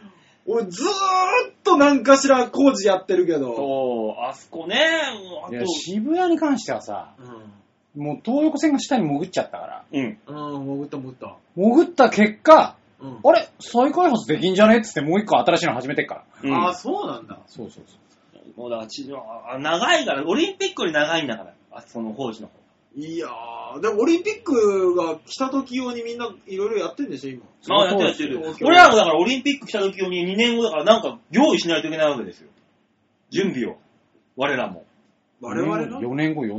俺ずーっと何かしら工事やってるけど。 そう、あそこね。 いや、渋谷に関してはさ、もう東横線が下に潜っちゃったから。 潜った。 潜った結果、あれ再開発できんじゃねっつってもう一個新しいの始めてっから。 そうなんだ。 そう。 もうだから長いから、オリンピックより長いんだから、あそこの工事の方。 いやー、でもオリンピックが来た時用にみんないろいろやってんでしょ、今。 やってる。俺らもだからオリンピック来た時用に2年後だからなんか用意しないといけないわけですよ。準備を。我らも。 我々の ?4 年後に。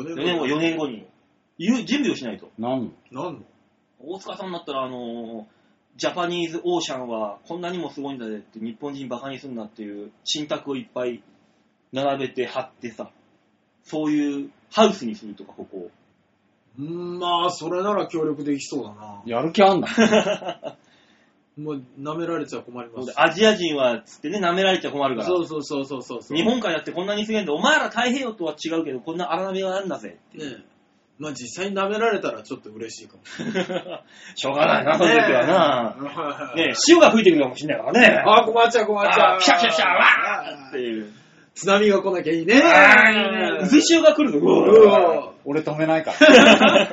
準備をしないと。 何の大塚さんだったらジャパニーズオーシャンはこんなにもすごいんだぜって日本人バカにすんなっていう信託をいっぱい並べて貼ってさ、そういうハウスにするとか、ここを。 まあ、それなら協力できそうだな。 やる気あんだ。 もう、舐められちゃ困ります。 アジア人は、つってね、舐められちゃ困るから。 そう。 日本海だってこんなにすげえんだ。お前ら太平洋とは違うけど、こんな荒波があるんだぜ。 ねえ。まあ、実際に舐められたらちょっと嬉しいかも。 しょうがないな、その時はな。ねえ、潮が吹いてくるかもしれないからね。 困っちゃう。 ピシャピシャピシャ、わーっていう。 津波が来なきゃいいね。 渦潮が来るぞ。 俺止めないから。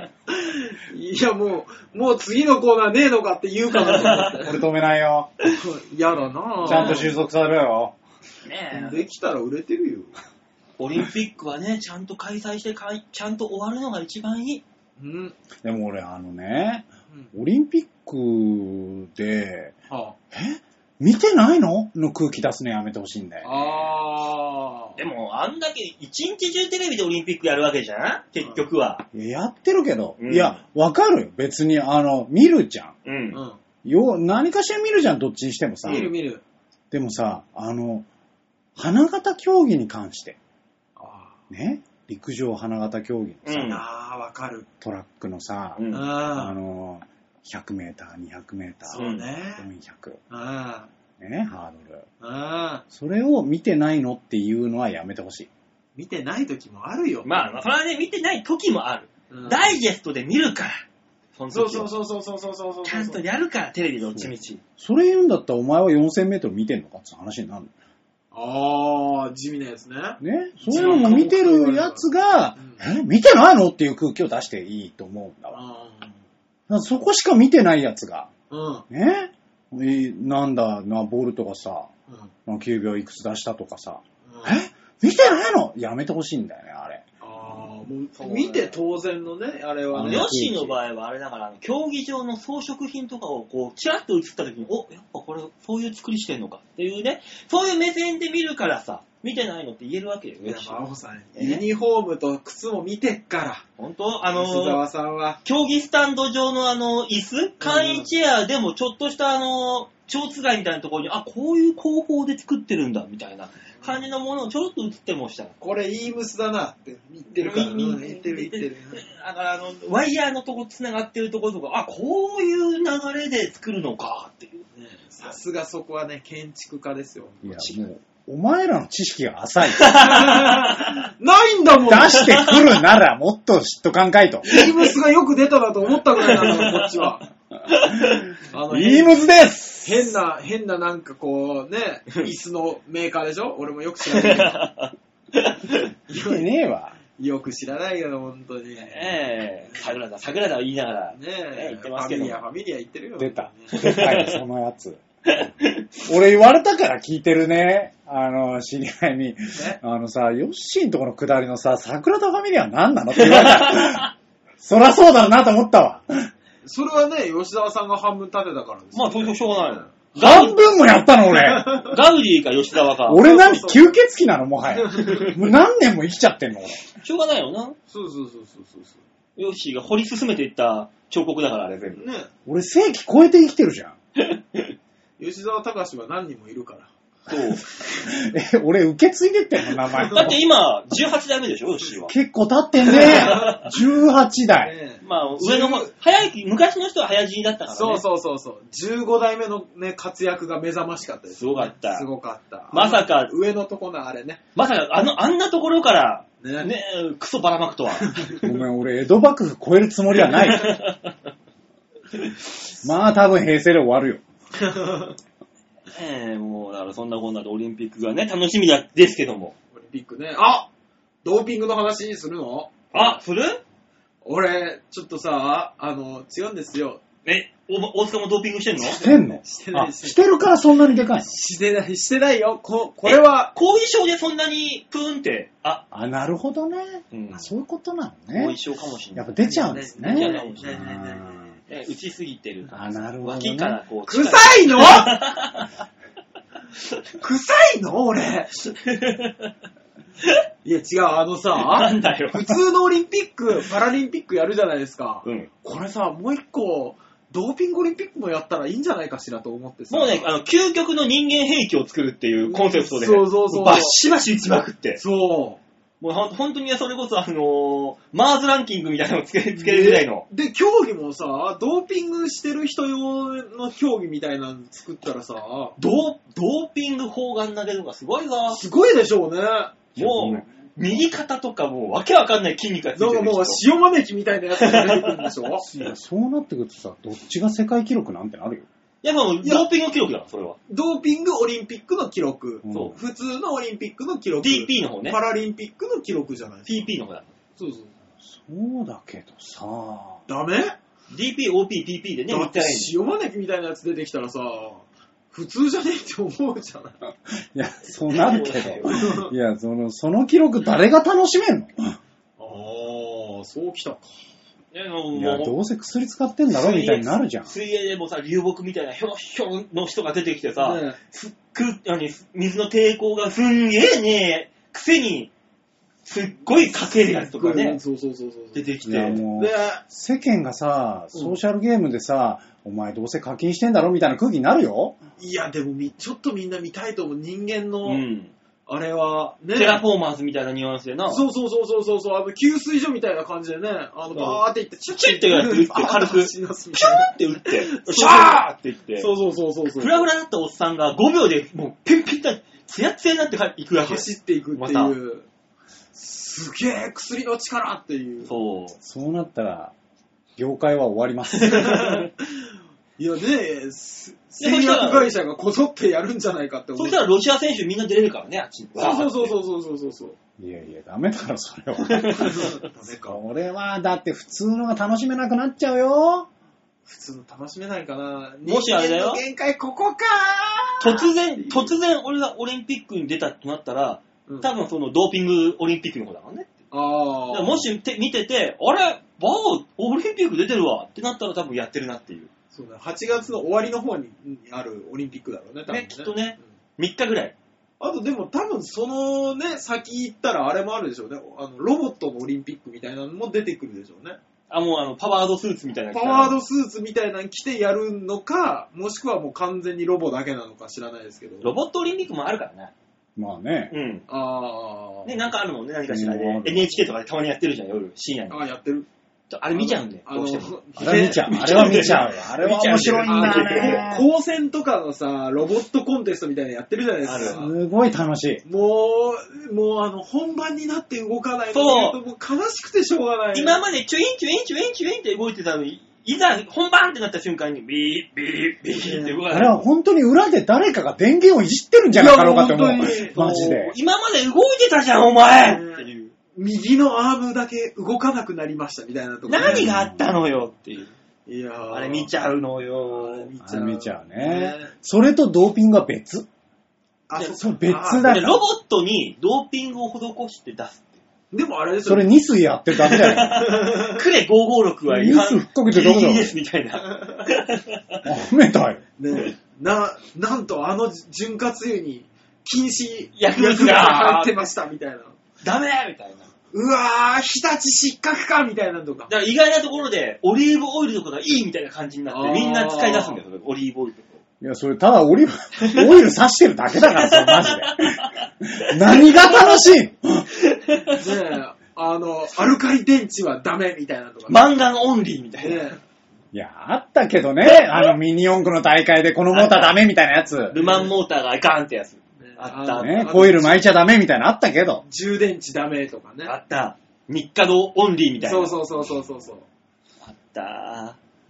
いや、もう次のコーナーねえのかって言うからと思って。 俺止めないよ。 やだなぁ。 ちゃんと収束されるよ。 ねえ。 できたら売れてるよ。 オリンピックはね、ちゃんと開催してちゃんと終わるのが一番いい。 でも俺オリンピックで、見てないの空気出すのやめてほしいんだよ。 でも、あんだけ一日中テレビでオリンピックやるわけじゃん結局は。 やってるけど、いや、わかるよ。別に、見るじゃん。何かしら見るじゃん、どっちにしてもさ。 見る。 でもさ、花形競技に関して。ね、陸上花形競技のさ、わかる。 トラックのさ、100メーター、200メーター、 そうね、 400、ね、ハードル。それを見てないのっていうのはやめてほしい。 見てない時もあるよ。 まあ、それはね、見てない時もある。ダイジェストで見るから。 そう。 ちゃんとやるから、テレビでどっちみち。 それ言うんだったらお前は4000メートル見てんのかって話になる。 地味なやつね。 ね、そういうのも見てるやつが、見てないのっていう空気を出していいと思うんだわ。そこしか見てないやつが、ね、なんだな、ボルトがさ、9秒いくつ出したとかさ、見てないのやめてほしいんだよね、あれ。 見て当然のね、あれはね。 ヨッシーの場合はあれだから、競技場の装飾品とかをこう、チラッと映った時に、やっぱこれ、そういう作りしてんのかっていうね、そういう目線で見るからさ、見てないのって言えるわけよ、 いや、真帆さん、ユニフォームと靴も見てっから。 本当須沢さんは。 競技スタンド上の椅子、簡易チェアでもちょっとした蝶つがいみたいなところに、こういう工法で作ってるんだ、みたいな感じのものをちょっと映ってもしたら。 これ、イームスだなって言ってるから。言ってる。 だから、ワイヤーのとこ繋がってるところとか、こういう流れで作るのか、っていう。 さすがそこはね、建築家ですよ。 いや、もう、お前らの知識が浅い。 ないんだもん。 出してくるなら、もっと知っとかんかいと。 イームスがよく出たなと思ったぐらいなんだから、こっちは。 イームズです。 変ななんかこうね、椅子のメーカーでしょ？俺もよく知らないけど。 言えねえわ。 よく知らないけど、本当に。 桜だ言いながら。言ってますけど。 ファミリア言ってるよ。 出た。そのやつ。俺言われたから聞いてるね。知り合いに。ヨッシーんとこの下りのさ、桜田ファミリアは何なのって言われた。そらそうだなと思ったわ。 それはね、吉沢さんが半分立てたからです、 まあ、そういうしょうがないの。 半分もやったの俺。 ガウディか吉沢か。 俺何吸血鬼なのもはや。もう何年も生きちゃってんの俺。 しょうがないよな。 そう。 ヨッシーが掘り進めていった彫刻だからあれ全部。 ね。 俺世紀超えて生きてるじゃん。 吉沢隆は何人もいるから。 そう。 俺受け継いでってんの名前。 だって今、18代目でしょ、ヨッシーは。 結構経ってんね。18代。 まあ、上の方、昔の人は早死にだったからね。 そう。15代目のね、活躍が目覚ましかったです、ね。 すごかった。 すごかった。 まさか、 上のとこのあれね。 まさか、あんなところから、ね、クソばらまくとは。 ごめん、俺、江戸幕府超えるつもりはない。まあ、多分平成で終わるよ。 もう、だからそんなこんなでオリンピックがね、楽しみですけども。 オリンピックね。あ、ドーピングの話するの？ する？ 俺、ちょっとさ、違うんですよ。 大塚もドーピングしてんの？ してんの？ してない。 してるからそんなにでかいの？ してないよ。これは。 後遺症でそんなにプーンって。 なるほどね。そういうことなのね。 後遺症かもしれない。 やっぱ出ちゃうんですね。 出ちゃうかもしれない。打ちすぎてる。 なるほど、ね。 脇からこう。 臭いの？臭いの俺。いや違う、 なんだよ。 普通のオリンピック、パラリンピックやるじゃないですか。 これさ、もう一個、ドーピングオリンピックもやったらいいんじゃないかしらと思ってさ。 もうね、究極の人間兵器を作るっていうコンセプトで、 そう。 バッシバシ打ちまくって。 そう。 もう本当にそれこそマーズランキングみたいなのをつけるぐらいの。 で、競技もさ、ドーピングしてる人用の競技みたいなの作ったらさ、 ドーピング砲丸投げとかすごいぞ。 すごいでしょうね。 もう、右肩とかもうわけわかんない筋肉がついてる。 なんかもう塩招きみたいなやつが出てくるんでしょ？ いや、そうなってくるとさ、どっちが世界記録なんてなるよ。 いや、もうドーピング記録だ、それは。 ドーピングオリンピックの記録。 そう。 普通のオリンピックの記録。 DP の方ね。 パラリンピックの記録じゃないですか。 PP の方だ。 そう。 そうだけどさ。 ダメ？ DP、OP、PP でね、 だって塩招きみたいなやつ出てきたらさ、普通じゃねえって思うじゃない。 いや、そうなるけど。いや、その記録誰が楽しめんの？ そうきたか。 いや、どうせ薬使ってんだろみたいになるじゃん。 水泳でもさ、流木みたいなひょろひょろの人が出てきてさ、水の抵抗がすんげえねえくせに、すっごいかけるやつとかね、 そう出てきて。 もう世間がさ、ソーシャルゲームでさ、お前どうせ課金してんだろみたいな空気になるよ。 いや、でもちょっとみんな見たいと思う。人間の、あれは、 ね。テラフォーマーズみたいなニュアンスでな。 そう。給水所みたいな感じでね、バーっていって、 チュッてやって打って、軽く、ピューって打って、シャーっていって。 そう。 フラフラだったおっさんが5秒でもうピンピンとツヤツヤになっていくわけ。 走っていくっていう。すげえ薬の力っていう。 そうなったら、業界は終わります。 いやね、製薬会社がこぞってやるんじゃないかって思う。 そしたらロシア選手みんな出れるからね、あっちに。 そう。 いや、ダメだろ、それは。ダメか。これは、だって普通のが楽しめなくなっちゃうよ。 普通の楽しめないかな。 もしあれだよ。 限界ここか突然俺がオリンピックに出たってなったら、多分そのドーピングオリンピックの方だからね。もし見てて、あれバオオリンピック出てるわってなったら多分やってるなっていう。 そうだ、8月の終わりの方にあるオリンピックだろうね、多分ね。 きっとね、3日ぐらい。 あとでも多分そのね、先行ったらあれもあるでしょうね。ロボットのオリンピックみたいなのも出てくるでしょうね。 もうパワードスーツみたいな。 パワードスーツみたいなの着てやるのか、もしくはもう完全にロボだけなのか知らないですけど。 ロボットオリンピックもあるからね。 まあね。 ね、なんかあるもんね、何かしらで。NHK とかでたまにやってるじゃん、夜、深夜に。 やってる。 あれ見ちゃうんで、どうしても。 あれ見ちゃう。あれは見ちゃう。あれは面白いんだね。 高専とかのさ、ロボットコンテストみたいなのやってるじゃないですか。 すごい楽しい。 もう本番になって動かないともう悲しくてしょうがない。 今までチュインって動いてたのに、いざ本番ってなった瞬間にビーって動かない。 あれは本当に裏で誰かが電源をいじってるんじゃなかろうかと思う。マジで。 今まで動いてたじゃん、お前っていう。 右のアームだけ動かなくなりましたみたいなとこ、 何があったのよっていう。 いやあれ見ちゃうのよ。 あれ見ちゃうね。それとドーピングは別？そう別だ。 ロボットにドーピングを施して出す。 でもあれですよ。それ2水やってダメじゃない。 クレ556は違反。2 水ふっかけてどこだろう。 ですみたいな。 ダメだよ。 ね、なんと潤滑油に禁止薬物が入ってましたみたいな。 ダメみたいな。 うわー、日立失格かみたいなとか。 だから意外なところで、オリーブオイルとかがいいみたいな感じになって、みんな使い出すんだよ、オリーブオイルとか。 いや、それただオイル刺してるだけだからさ、マジで。何が楽しいねえ、アルカリ電池はダメみたいなとか、 マンガンオンリーみたいな。 いや、あったけどね、ミニ四駆の大会でこのモーターダメみたいなやつ。 ルマンモーターがガンってやつ。あったね。コイル巻いちゃダメみたいなのあったけど。 充電池ダメとかね。 あった。日課堂オンリーみたいな。 そう。 あった。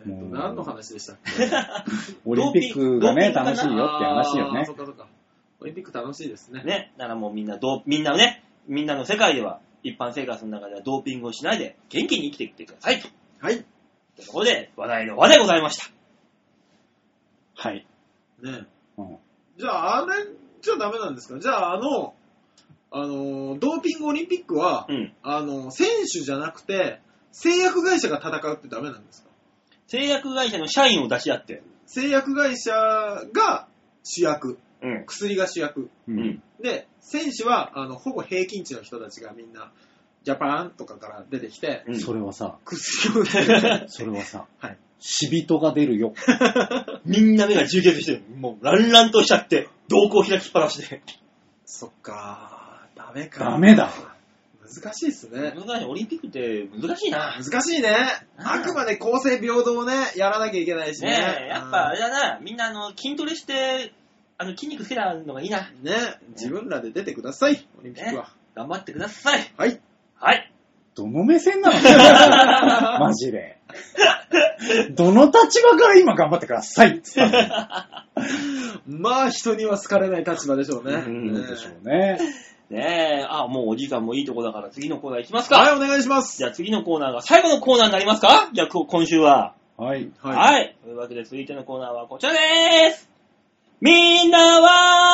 何の話でしたっけ？ オリンピックがね、楽しいよって話よね。 そっかそっか。オリンピック楽しいですね。 ね。だからもうみんなの世界では、一般生活の中ではドーピングをしないで元気に生きていってくださいと。 はい。 というところで、話題の輪でございました。 はい。 ね。じゃあ、あれじゃダメなんですか？じゃあ、ドーピングオリンピックは、選手じゃなくて、製薬会社が戦うってダメなんですか？ 製薬会社の社員を出し合って。 製薬会社が主役。薬が主役。で、選手は、ほぼ平均値の人たちがみんな、ジャパンとかから出てきて、 それはさ、 薬をそれはさ、はい。死人が出るよ。 みんな目が充血してる。もう、ランランとしちゃって、瞳孔開きっぱなしで。 そっかー、ダメか。 ダメだ。 難しいっすね。 難しい。オリンピックって難しいな。 難しいね。あくまで公正平等をね、やらなきゃいけないしね。 ねえ、やっぱあれだな。みんな筋トレして、筋肉つけたのがいいな。 ね、自分らで出てください、オリンピックは。 頑張ってください。 はい。 はい。 どの目線なのマジで。どの立場から今頑張ってくださいっつったのまあ、人には好かれない立場でしょうね。 でしょうね。 ねえ、もうお時間もいいとこだから次のコーナー行きますか。 はい、お願いします。 じゃあ次のコーナーが最後のコーナーになりますか？じゃあ今週は。 はい。 はい。というわけで続いてのコーナーはこちらでーす。みんな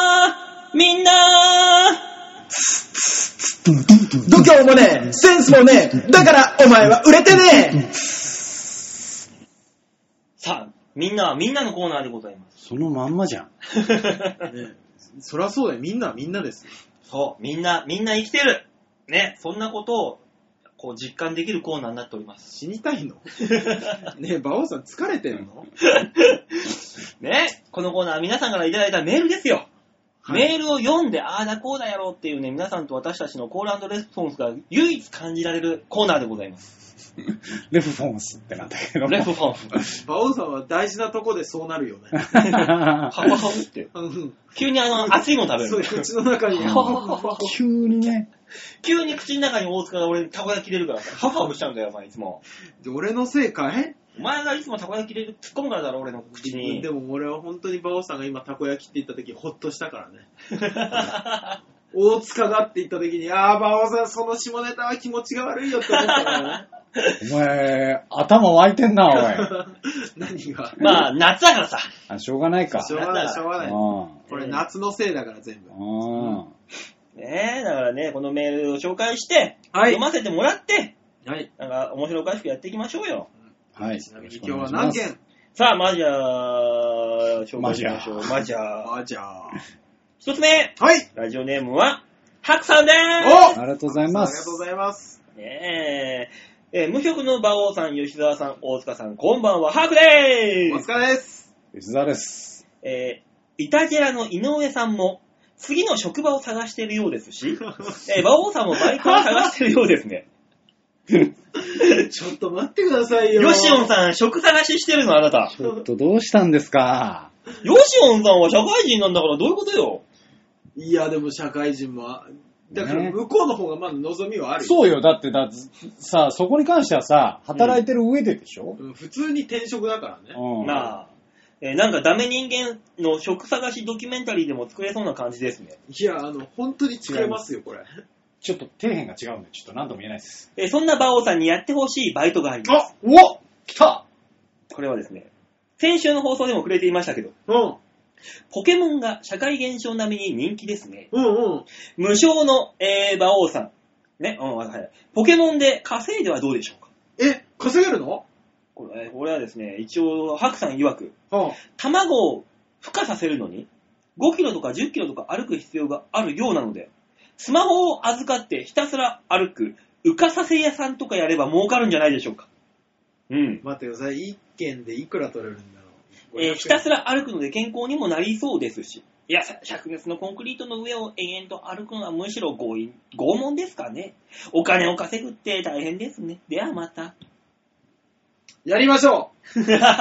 度胸もねえ、センスもねえ、だからお前は売れてねえ。 さあ、みんなのコーナーでございます。 そのまんまじゃん。 ね、そりゃそうだよ、みんなです。 そう、みんな生きてる。ね、そんなことを実感できるコーナーになっております。 死にたいの？ねえ、馬王さん疲れてるの？ ね、このコーナーは皆さんからいただいたメールですよ。はい、メールを読んで、ああだこうだやろうっていうね、皆さんと私たちのコール&レスポンスが唯一感じられるコーナーでございます。 レフフォンスってなんだけど。 レフフォンス。 馬王さんは大事なとこでそうなるよね。 ハワハワって。急に熱いもの食べる。 そう、口の中に。 急にね。 急に口の中に大塚が俺にたこ焼き入れるからさ、ハフハフしちゃうんだよ、お前いつも。 で、俺のせいかい？ お前がいつもたこ焼き入れる突っ込むからだろ、俺の口に。 でも俺は本当に馬王さんが今たこ焼きって言った時ホッとしたからね。大塚がって言った時に、馬王さんその下ネタは気持ちが悪いよって思ったからね。 お前、頭湧いてんな、おい。 何が？ まあ、夏だからさ。 しょうがないか。 しょうがない。これ夏のせいだから全部。 ねえ、だからね、このメールを紹介して、読ませてもらって、 はい。 なんか面白おかしくやっていきましょうよ。 はい。 ちなみに今日は何件？ さあ、まじゃあ、紹介しましょう。まじゃあ。一つ目。 はい。 ラジオネームは、ハクさんでーす。 ありがとうございます。 ありがとうございます。 ねえ。無職の馬王さん、吉沢さん、大塚さん、こんばんは、ハクでーす。 お疲れです。 吉沢です。 イタジェラの井上さんも、次の職場を探しているようですし、馬王さんもバイトを探しているようですね。 ちょっと待ってくださいよ。 ヨシオンさん、職探ししてるのあなた。 ちょっとどうしたんですか？ ヨシオンさんは社会人なんだからどういうことよ？ いや、でも社会人も、だから向こうの方がまだ望みはあるよ。 そうよ、だってさ、そこに関してはさ、働いてる上ででしょ？ 普通に転職だからね。 まあ、なんかダメ人間の職探しドキュメンタリーでも作れそうな感じですね。 いや、本当に作れますよ、これ。 ちょっと底辺が違うんで、ちょっと何とも言えないです。 そんな馬王さんにやってほしいバイトがあります。 お来た！ これはですね、先週の放送でも触れていましたけど、ポケモンが社会現象並みに人気ですね。無償の、馬王さん。ね、ポケモンで稼いではどうでしょうか？ 稼げるの？ これはですね、一応、ハクさん曰く、卵を孵化させるのに、5キロとか10キロとか歩く必要があるようなので、スマホを預かってひたすら歩く、浮かさせ屋さんとかやれば儲かるんじゃないでしょうか。 待ってください。1件でいくら取れるんだろう。 ひたすら歩くので健康にもなりそうですし、いや、灼熱のコンクリートの上を延々と歩くのはむしろ拷問ですかね。お金を稼ぐって大変ですね。ではまた。 やりましょう。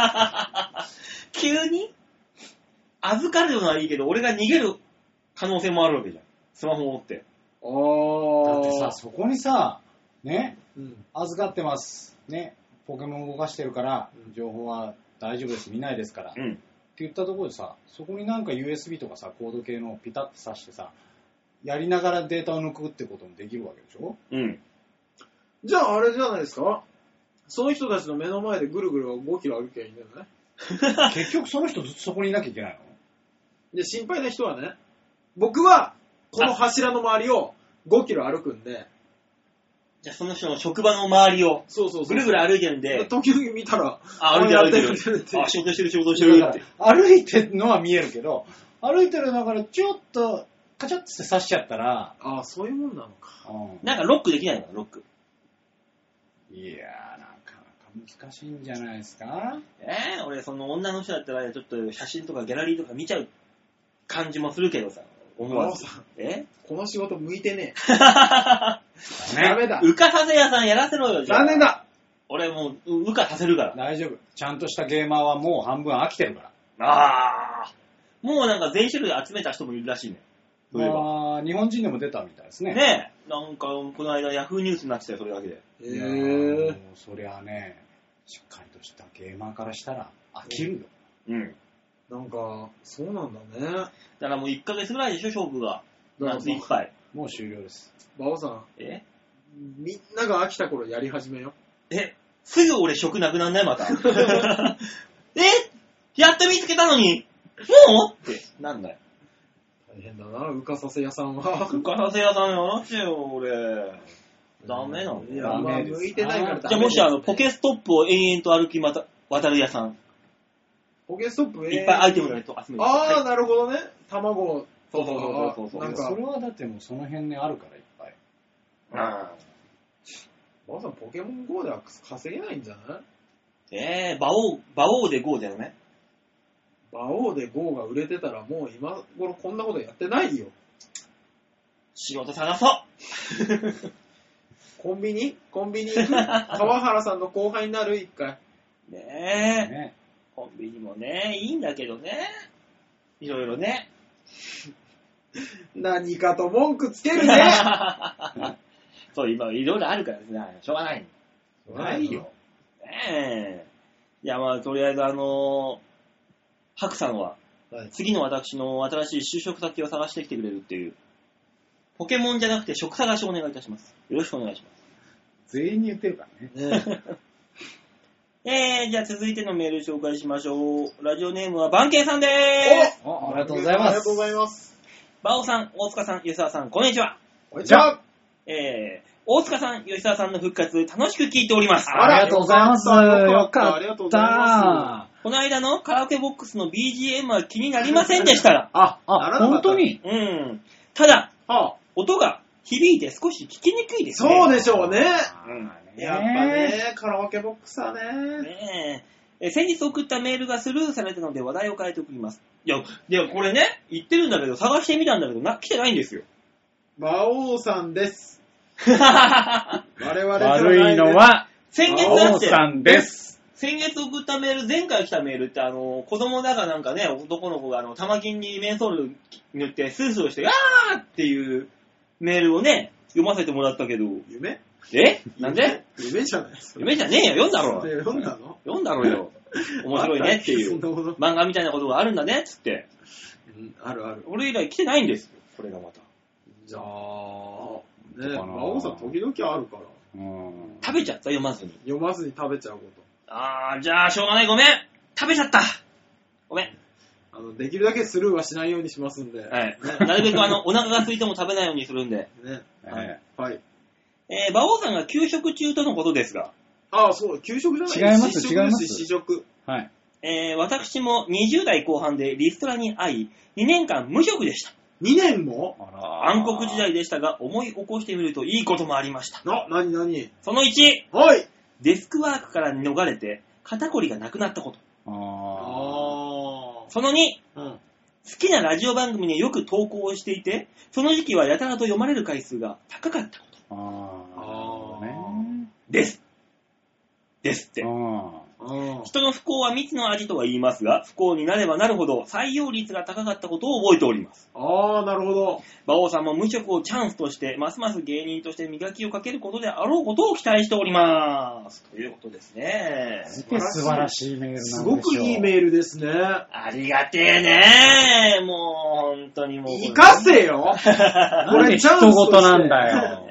急に預かるのはいいけど、俺が逃げる可能性もあるわけじゃん。スマホを持って。 だってさ、そこにさ、ね、預かってます。ね、 ポケモン動かしてるから、情報は大丈夫です、見ないですから、って言ったところでさ、そこになんか USB とかさ、コード系のピタッと挿してさ、やりながらデータを抜くってこともできるわけでしょ。 じゃああれじゃないですか、その人たちの目の前でぐるぐる5キロ歩けばいいんだよね。 結局その人ずっとそこにいなきゃいけないの。 で、心配な人はね、僕はこの柱の周りを5キロ歩くんで、 じゃあその人の職場の周りをぐるぐる歩いてるんで、 時々見たら、 歩いてる仕事してるって。 歩いてるのは見えるけど、歩いてる中でちょっとカチャッって刺しちゃったら、 そういうもんなのか。 なんかロックできないのかな、ロック。 いやー、なかなか難しいんじゃないですか。 俺その女の人だったらちょっと写真とかギャラリーとか見ちゃう感じもするけどさ、思わず。 この仕事向いてねえ。 ダメだ。 浮かさせ屋さんやらせろよ、じゃあ。 残念だ。 俺もう浮かさせるから。 大丈夫。ちゃんとしたゲーマーはもう半分飽きてるから。 もうなんか全種類集めた人もいるらしいね。 日本人でも出たみたいですね。 ねえ。なんかこの間ヤフーニュースになってたよ、それだけで。 もうそりゃね、しっかりとしたゲーマーからしたら飽きるよ。 なんか、そうなんだね。だからもう1ヶ月ぐらいでしょ、勝負が。夏いっぱい。 もう終了です。 馬王さん。みんなが飽きた頃やり始めよ。 すぐ俺食なくなんないまた。やっと見つけたのにもうってなんだよ。 大変だな、浮かさせ屋さんは。 浮かさせ屋さんやらしてよ、俺。ダメなんだよ。 向いてないからダメ。 じゃあもしポケストップを延々と歩き渡る屋さん。 ポケストップいっぱいアイテムが集める。 なるほどね。卵を。 そう。 なんかそれはだってもうその辺にあるからいっぱい。 馬王さん、ポケモン GO では稼げないんじゃない？ 馬王で GO だよね。 馬王で GO が売れてたらもう今頃こんなことやってないよ。 仕事探そうコンビニ行く川原さんの後輩になる一回。 ねえ。コンビニもね、いいんだけどね。いろいろね。 何かと文句つけるね。 そう、今いろいろあるからですね。しょうがない。 ないよ。 いや、まあ、とりあえずハクさんは、次の私の新しい就職先を探してきてくれるっていう、ポケモンじゃなくて職探しをお願いいたします。よろしくお願いします。 全員に言ってるからね。じゃあ続いてのメール紹介しましょう。ラジオネームはバンケイさんでーす。 ありがとうございます。 ありがとうございます。 バオさん、大塚さん、吉沢さん、こんにちは。 こんにちは。 大塚さん、吉沢さんの復活、楽しく聞いております。 ありがとうございます。よかった。 ありがとうございます。 この間のカラオケボックスの BGM は気になりませんでしたら。 本当に？ ただ、音が響いて少し聞きにくいですね。 そうでしょうね。やっぱね、カラオケボックスはね。 先日送ったメールがスルーされたので話題を変えておきます。いや、これね、言ってるんだけど、探してみたんだけど、来てないんですよ。 馬王さんです。我々 悪いのは、馬王さんです。 先月送ったメール、前回来たメールって、子供だかなんかね、男の子が玉金にメンソール塗って、スースーして、っていうメールをね、読ませてもらったけど。 夢？ なんで？ 夢じゃないですか。 夢じゃねえよ、読んだろ。 読んだの？ 読んだろよ。面白いねっていう。漫画みたいなことがあるんだね、つって。 あるある。 俺以来来てないんですよ、これがまた。 じゃあ、ね、馬王さん時々あるから。 食べちゃった、読まずに。 読まずに食べちゃうこと。 じゃあ、しょうがない、ごめん。食べちゃった。ごめん。 できるだけスルーはしないようにしますんで。 はい。なるべくお腹が空いても食べないようにするんで。 ね。はい。 馬王さんが休職中とのことですが。 そう、給食じゃない。 違います。 試食。 はい。 私も20代後半でリストラに遭い、2年間無職でした。 2年も？ 暗黒時代でしたが、思い起こしてみるといいこともありました。 何その1。 はい。 デスクワークから逃れて、肩こりがなくなったこと。その2。好きなラジオ番組によく投稿をしていて、その時期はやたらと読まれる回数が高かったこと。ですって。 人の不幸は蜜の味とは言いますが、不幸になればなるほど採用率が高かったことを覚えております。 ああ、なるほど。 馬王さんも無職をチャンスとして、ますます芸人として磨きをかけることであろうことを期待しております。ということですね。 素晴らしいメールなんでしょう。 すごくいいメールですね。 ありがてえね。もう、本当にもう。 生かせよこれチャンスとして。人事なんだよ。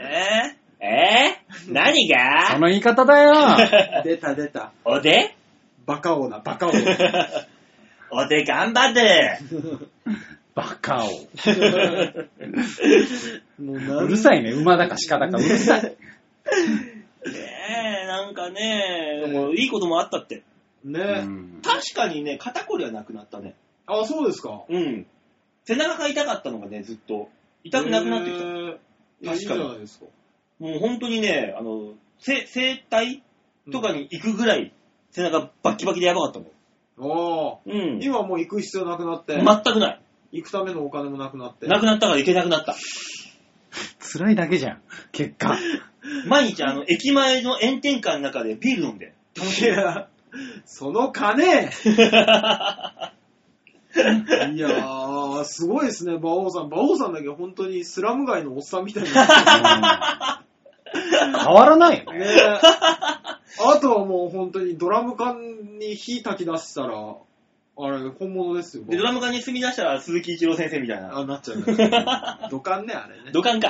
何がその言い方だよ。 出た。 おでバカ王だ。 おで頑張ってバカ王。 もうるさいね。馬だか鹿だかうるさい。 ねえ、なんかね、でもいいこともあったって。 ね、 確かにね、肩こりはなくなったね。 あ、そうですか。 うん。背中が痛かったのがね、ずっと痛くなくなってきた。 確かに。いいじゃないですか。 もう本当にね、整体とかに行くぐらい背中バッキバキでやばかったもん。 今はもう行く必要なくなって。 全くない。 行くためのお金もなくなって。 なくなったから行けなくなった。 辛いだけじゃん、結果。 毎日駅前の炎天下の中でビール飲んで。楽しい。 いや、その金いやー、すごいですね、馬王さん。馬王さんだけ本当にスラム街のおっさんみたいな。 変わらないよね。 あとはもう本当にドラム缶に火炊き出したら、あれ、本物ですよ。 で、ドラム缶に住み出したら鈴木一郎先生みたいな。 あ、なっちゃうね。土管ね、あれね。 土管か。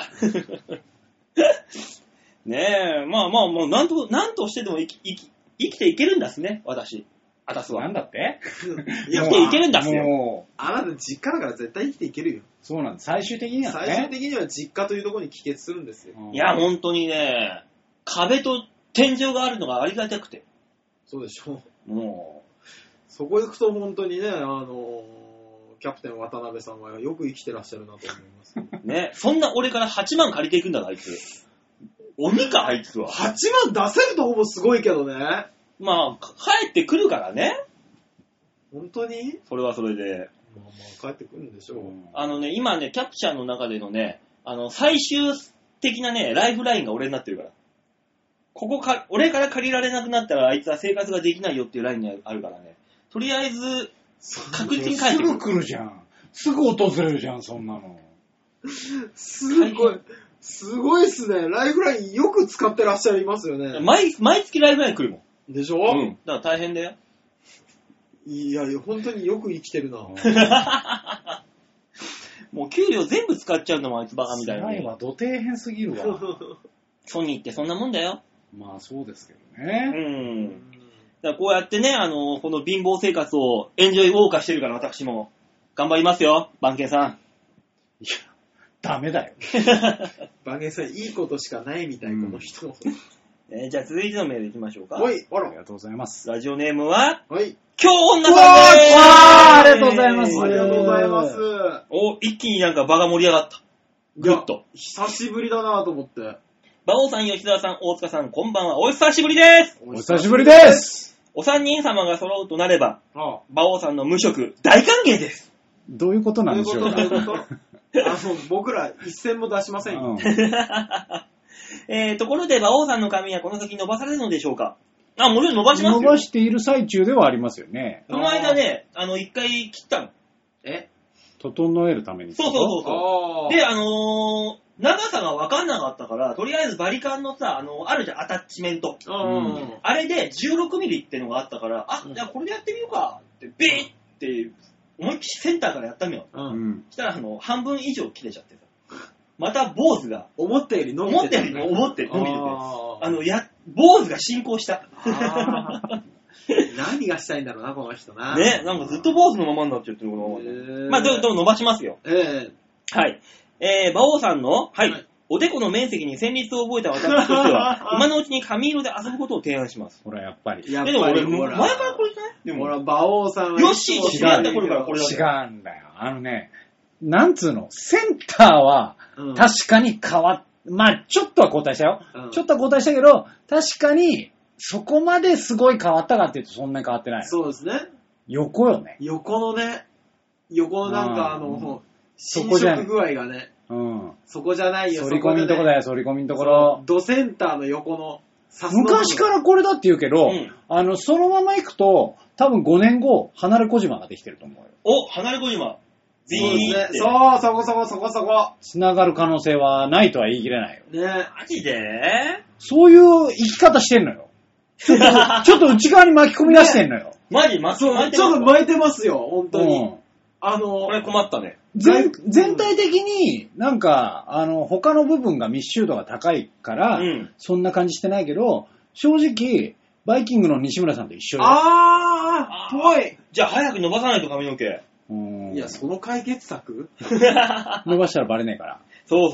ねえ、まあ、なんとしてでも生きていけるんだっすね、私。あたすは。 なんだって生きていけるんだっすよ。 もう、あなた実家だから絶対生きていけるよ。 そうなんです。最終的にはね。 最終的には実家というところに帰結するんですよ。 いや、本当にね、壁と天井があるのがありがたくて。 そうでしょう。 もう。 そこ行くと本当にね、キャプテン渡辺さんはよく生きてらっしゃるなと思います。 ね、そんな俺から8万借りていくんだから、あいつ。鬼か、あいつは。 8万出せるとほぼすごいけどね。 まあ、帰ってくるからね。 本当に？ それはそれで。 まあ帰ってくるんでしょう。 今ね、キャプチャーの中でのね、最終的なね、ライフラインが俺になってるから。俺から借りられなくなったら、あいつは生活ができないよっていうラインがあるからね。とりあえず、確実に帰ってくる。 すぐ来るじゃん。すぐ訪れるじゃん、そんなの。 すごいっすね。ライフラインよく使ってらっしゃいますよね。 毎月ライフライン来るもん。 でしょ？ うん。だから大変だよ。 いや、本当によく生きてるな。 もう給料全部使っちゃうんだもん、あいつバカみたいな。 辛いわ、土底変すぎるわ。 ソニーってそんなもんだよ。 まあそうですけどね。 だからこうやってね、この貧乏生活をエンジョイウォーカーしてるから私も頑張りますよ、番犬さん。 いや、ダメだよ。 番犬さん、いいことしかないみたい、この人。 じゃあ続いてのメールいきましょうか。 はい、 ありがとうございます。 ラジオネームは、 はい。 今日女さんでーす。 ありがとうございます。 ありがとうございます。 一気になんか場が盛り上がった。ぐっと。 久しぶりだなと思って。 馬王さん、吉沢さん、大塚さん、こんばんは。お久しぶりです。 お久しぶりです。 お三人様が揃うとなれば、馬王さんの無職、大歓迎です。 どういうことなんでしょうか。 僕ら一銭も出しませんよ。 ところで、馬王さんの髪はこの先伸ばされるのでしょうか？あ、もちろん伸ばしますよ。 伸ばしている最中ではありますよね。 この間ね、一回切ったの。 整えるために。 そう。で、長さが分かんなかったから、とりあえずバリカンのさ、あるじゃん、アタッチメント。あれで16ミリってのがあったから、じゃあこれでやってみようかって、ビーって思いっきりセンターからやったのよ。したら半分以上切れちゃってさ。また坊主が。 思ったより伸びてて。 思って伸びてて。坊主が進行した。 何がしたいんだろうな、この人な。 ね、なんかずっと坊主のままになっちゃってるこのまま。まあ、どう伸ばしますよ。はい。馬王さんの、はい。おでこの面積に旋律を覚えた私としては、今のうちに髪色で遊ぶことを提案します。 ほら、やっぱり。 でも俺、前からこれじゃない？でも、 ほら、馬王さんは。 ヨッシーと知り合った頃からこれだ。 違うんだよ。なんつうの、センターは、確かにまあ、ちょっとは交代したよ。ちょっとは交代したけど、確かに、そこまですごい変わったかっていうと、そんなに変わってない。 そうですね。 横よね。 横のなんか侵食具合がね。そこじゃないよ。 反り込みんとこだよ、反り込みんところ。 ドセンターの横の昔からこれだって言うけど、そのまま行くと、多分5年後、離れ小島ができてると思うよ。 お、離れ小島。 そうですね。そう、そこ。 繋がる可能性はないとは言い切れないよ。 ね。 マジでそういう生き方してんのよ。ちょっと内側に巻き込み出してんのよ。 マジ巻き込み巻いてます。ちょっと巻いてますよ、本当に。 これ困ったね。 全体的になんか、他の部分が密集度が高いから、そんな感じしてないけど、正直、バイキングの西村さんと一緒よ。 ぽい。 じゃあ早く伸ばさないと髪の毛。 いや、その解決策伸ばしたらバレねえから。 そう。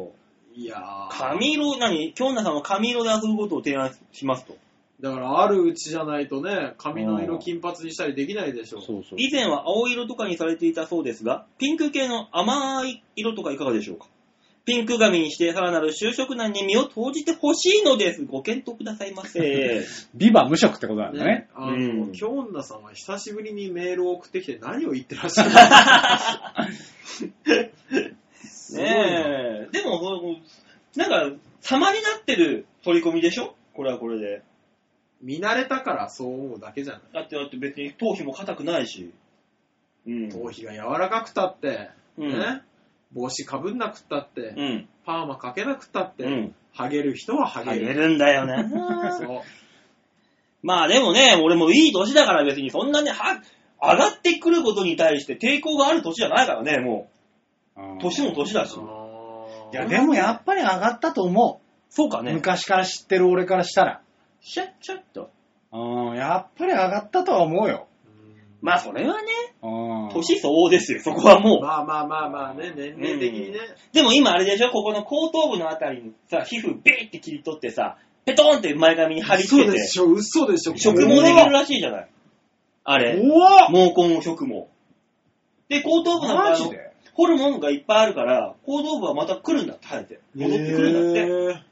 いやー。 髪色、京女さんは髪色で遊ぶことを提案しますと。 だからあるうちじゃないとね、髪の色金髪にしたりできないでしょ。 そう。 以前は青色とかにされていたそうですが、ピンク系の甘い色とかいかがでしょうか。ピンク髪にしてさらなる就職難に身を投じてほしいのです。ご検討くださいませ。 ビバ無職ってことなんだね。 京女さんは久しぶりにメールを送ってきて何を言ってらっしゃるねえ。でも、なんか、様になってる取り込みでしょこれはこれで。 見慣れたからそう思うだけじゃない。 だって別に頭皮も硬くないし。 頭皮が柔らかくたって、ね。帽子かぶんなくったって、パーマかけなくったって、ハゲる人はハゲる。 ハゲるんだよね。 そう。 まあでもね、俺もいい年だから別にそんなに上がってくることに対して抵抗がある年じゃないからね、もう。年も年だし。 いや、でもやっぱり上がったと思う。 そうかね。 昔から知ってる俺からしたら。 ちょっと。 やっぱり上がったとは思うよ。 まあそれはね、年相応ですよ、そこはもう。 まあね、年齢的にね。 でも今あれでしょ、ここの後頭部のあたりにさ、皮膚ビーって切り取ってさ、ペトーンって前髪に貼り付けて。 嘘でしょ。 植毛できるらしいじゃない。あれ。毛根を植毛。で、後頭部なんかホルモンがいっぱいあるから、後頭部はまた来るんだって、生えて。戻ってくるんだって。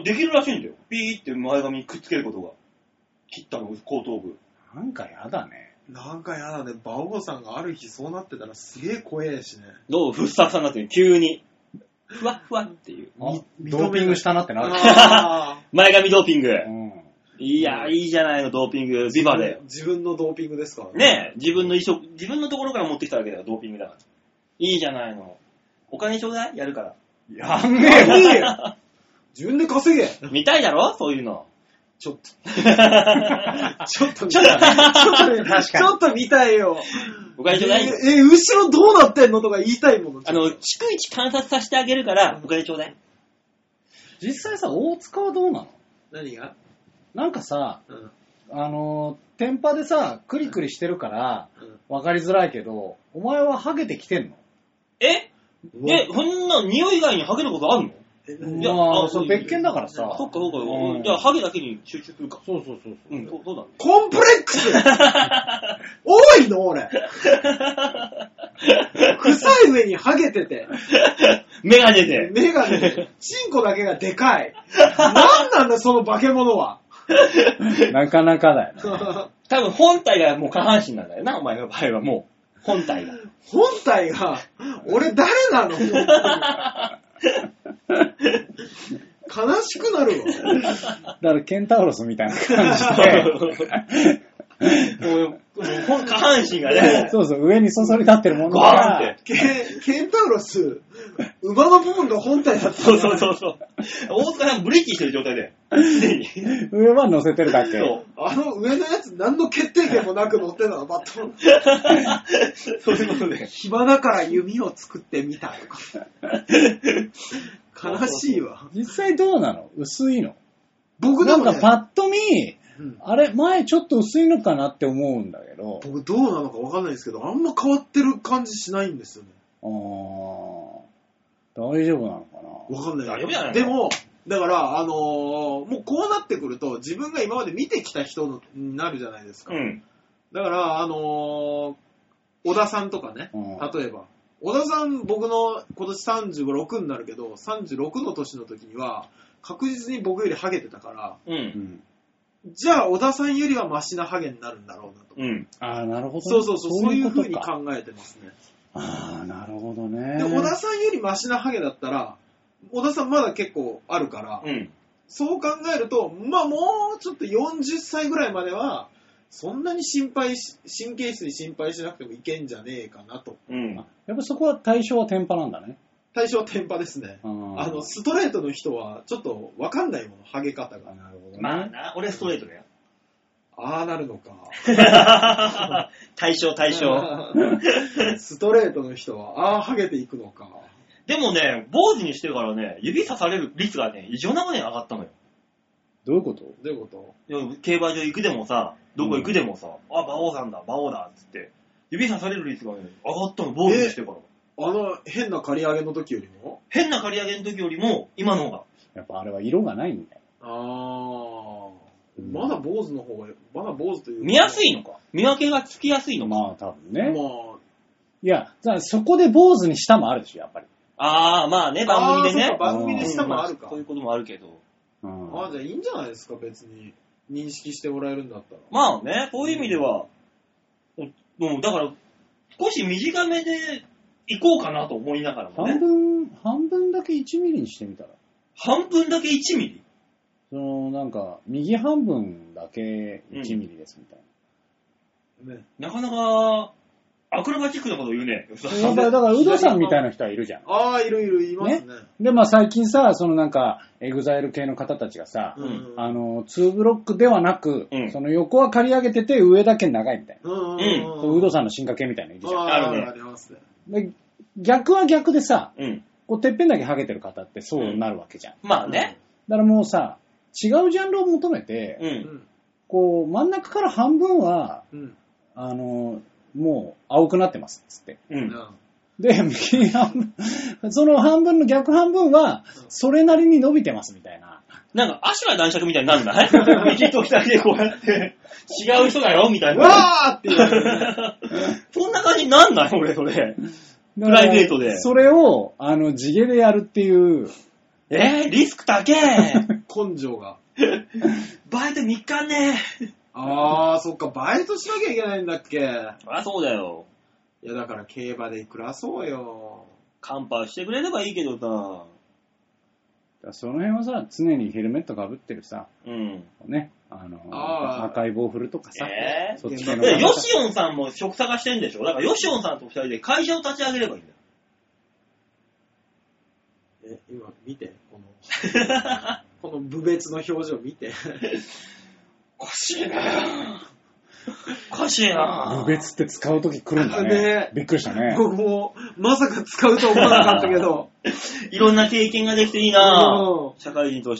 できるらしいんだよ。ピーって前髪にくっつけることが。切ったの、後頭部。 なんかやだね。 バオゴさんがある日そうなってたらすげえ怖えしね。 どうふっさふさになってる急に。ふわふわっていう。 ドーピングしたなってなる。 前髪ドーピング。いや、いいじゃないの、ドーピング。ビバで。 自分のドーピングですからね。ねえ、自分のところから持ってきたわけだから、ドーピングだから。いいじゃないの。お金ちょうだいやるから。 やんねえよ。自分で稼げ。 見たいだろそういうの。 ちょっと見たいよ。 お金ちょうだい。 後ろどうなってんのとか言いたいもの。 逐一観察させてあげるから、お金ちょうだい。 実際さ、大塚はどうなの？ 何が？ なんかさ、天パでさ、クリクリしてるから、わかりづらいけど、お前はハゲてきてんの？ そんな匂い以外にハゲることあるの？ いや、そう別件だからさ。 そっか。じゃあ、ハゲだけに集中するか。 そう。 そうだね。 コンプレックス多いの俺。臭い上にハゲてて。 メガネで。 チンコだけがでかい。なんなんだ、その化け物は。 なかなかだよね。 多分本体がもう下半身なんだよな、お前の場合はもう。本体が。 本体が、俺誰なの？悲しくなるわ。 だからケンタウロスみたいな感じで。 下半身がね。 そう、上にそそり立ってるものが。 ケンタウロス、馬の部分が本体だった。 そう。大塚さんブリッジしてる状態で。 上は乗せてるだけ。 あの上のやつ何の決定権もなく乗ってたの、バットン。 そういうことで。 暇だから弓を作ってみたとか。悲しいわ。 実際どうなの？薄いの？ 僕でもね、 なんかパッと見、あれ、前ちょっと薄いのかなって思うんだけど。 僕どうなのかわかんないですけど、あんま変わってる感じしないんですよね。 大丈夫なのかな？ わかんない。 大丈夫じゃないの？ でも、だから、もうこうなってくると、自分が今まで見てきた人になるじゃないですか。だから、小田さんとかね、例えば。小田さん、僕の今年35、6になるけど、36の年の時には、確実に僕よりハゲてたから、じゃあ、小田さんよりはマシなハゲになるんだろうなと。 なるほど、ね。 そういう風に考えてますね。 なるほどね。 で、小田さんよりマシなハゲだったら、小田さんまだ結構あるから、 そう考えると、まあもうちょっと40歳ぐらいまでは、そんなに神経質に心配しなくてもいけんじゃねえかなと。 うん。やっぱそこは対象はテンパなんだね。 対象はテンパですね。ストレートの人はちょっとわかんないもの、ハゲ方が。 なるほど、ね。まあな、俺ストレートだよ。 ああなるのか。 対象。 ストレートの人は、ああ、ハゲていくのか。 でもね、坊主にしてからね、指さされる率がね、異常なまでに上がったのよ。 どういうこと？ 競馬場行くでもさ、どこ行くでもさ、あ、馬王さんだ、馬王だ、つって、指さされる率がね、上がったの、坊主にしてから。 変な刈り上げの時よりも？ 変な刈り上げの時よりも、今の方が。 やっぱあれは色がないんだよ。 まだ坊主の方が、まだ坊主というか。 見やすいのか？見分けがつきやすいのか？ まあ多分ね。いや、そこで坊主にしたもあるでしょ、やっぱり。 ああ、まあね、番組でね。 番組でしたもあるか。 そういうこともあるけど。 じゃあいいんじゃないですか、別に。認識してもらえるんだったら。 まあね、そういう意味では、もうだから、少し短めで行こうかなと思いながらもね。 半分だけ1ミリにしてみたら。 半分だけ1ミリ？ なんか、右半分だけ1ミリですみたいな。 ね、 なかなか、アクロバティックなこと言うね。 だから、ウドさんみたいな人はいるじゃん。 いる、いますね。 で、まあ最近さ、なんか、エグザイル系の方たちがさ、2ブロックではなく、その横は刈り上げてて、上だけ長いみたいな。ウドさんの進化系みたいなのいるじゃん。 あるね。 ありますね。 で、逆は逆でさ、こう、てっぺんだけハゲてる方ってそうなるわけじゃん。 まあね。 だからもうさ、違うジャンルを求めて、こう、真ん中から半分は、もう青くなってますっつって。で、右半分、その半分の逆半分は、それなりに伸びてますみたいな。 なんか、足が男爵みたいになるんだね。右と左でこうやって、違う人だよみたいな。 わーって言われてね。 そんな感じになんない俺、それ。プライベートで。 それを、地毛でやるっていう。 リスク高え。 根性が。 バイト3日ね。 そっか、バイトしなきゃいけないんだっけ。 そうだよ。 いや、だから競馬で暮らそうよ。 カンパしてくれればいいけどさ。 その辺はさ、常にヘルメットかぶってるさ、ね、赤い棒振るとかさ、 そっち系の。ヨシオンさんも職探してんでしょ？だからヨシオンさんと2人で会社を立ち上げればいいんだよ。今見て、この部別の表情見て。 おかしいな。おかしいな。 部別って使うとき来るんだね。びっくりしたね。 僕もまさか使うと思わなかったけど。 いろんな経験ができていいな。社会人として。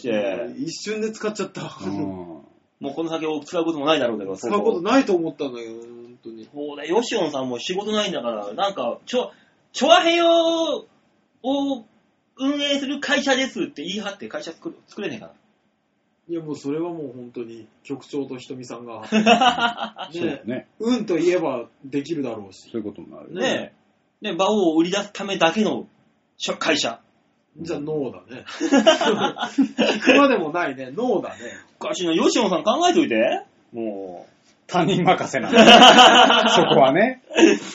一瞬で使っちゃった。 もうこの先を使うこともないだろうけど。 使うことないと思ったんだけど、本当に。 そうだ、ヨシオンさんも仕事ないんだから、なんか、チョアヘヨを運営する会社ですって言い張って会社作れねえかな。 いやもうそれはもう本当に局長とひとみさんがね、 うんと言えばできるだろうし。 そういうこともあるね。で、馬王を売り出すためだけの会社。 じゃあノーだね。聞くまでもないね。ノーだね。 おかしいな。ヨシオンさん考えといて。もう。 他人任せなんだ。そこはね。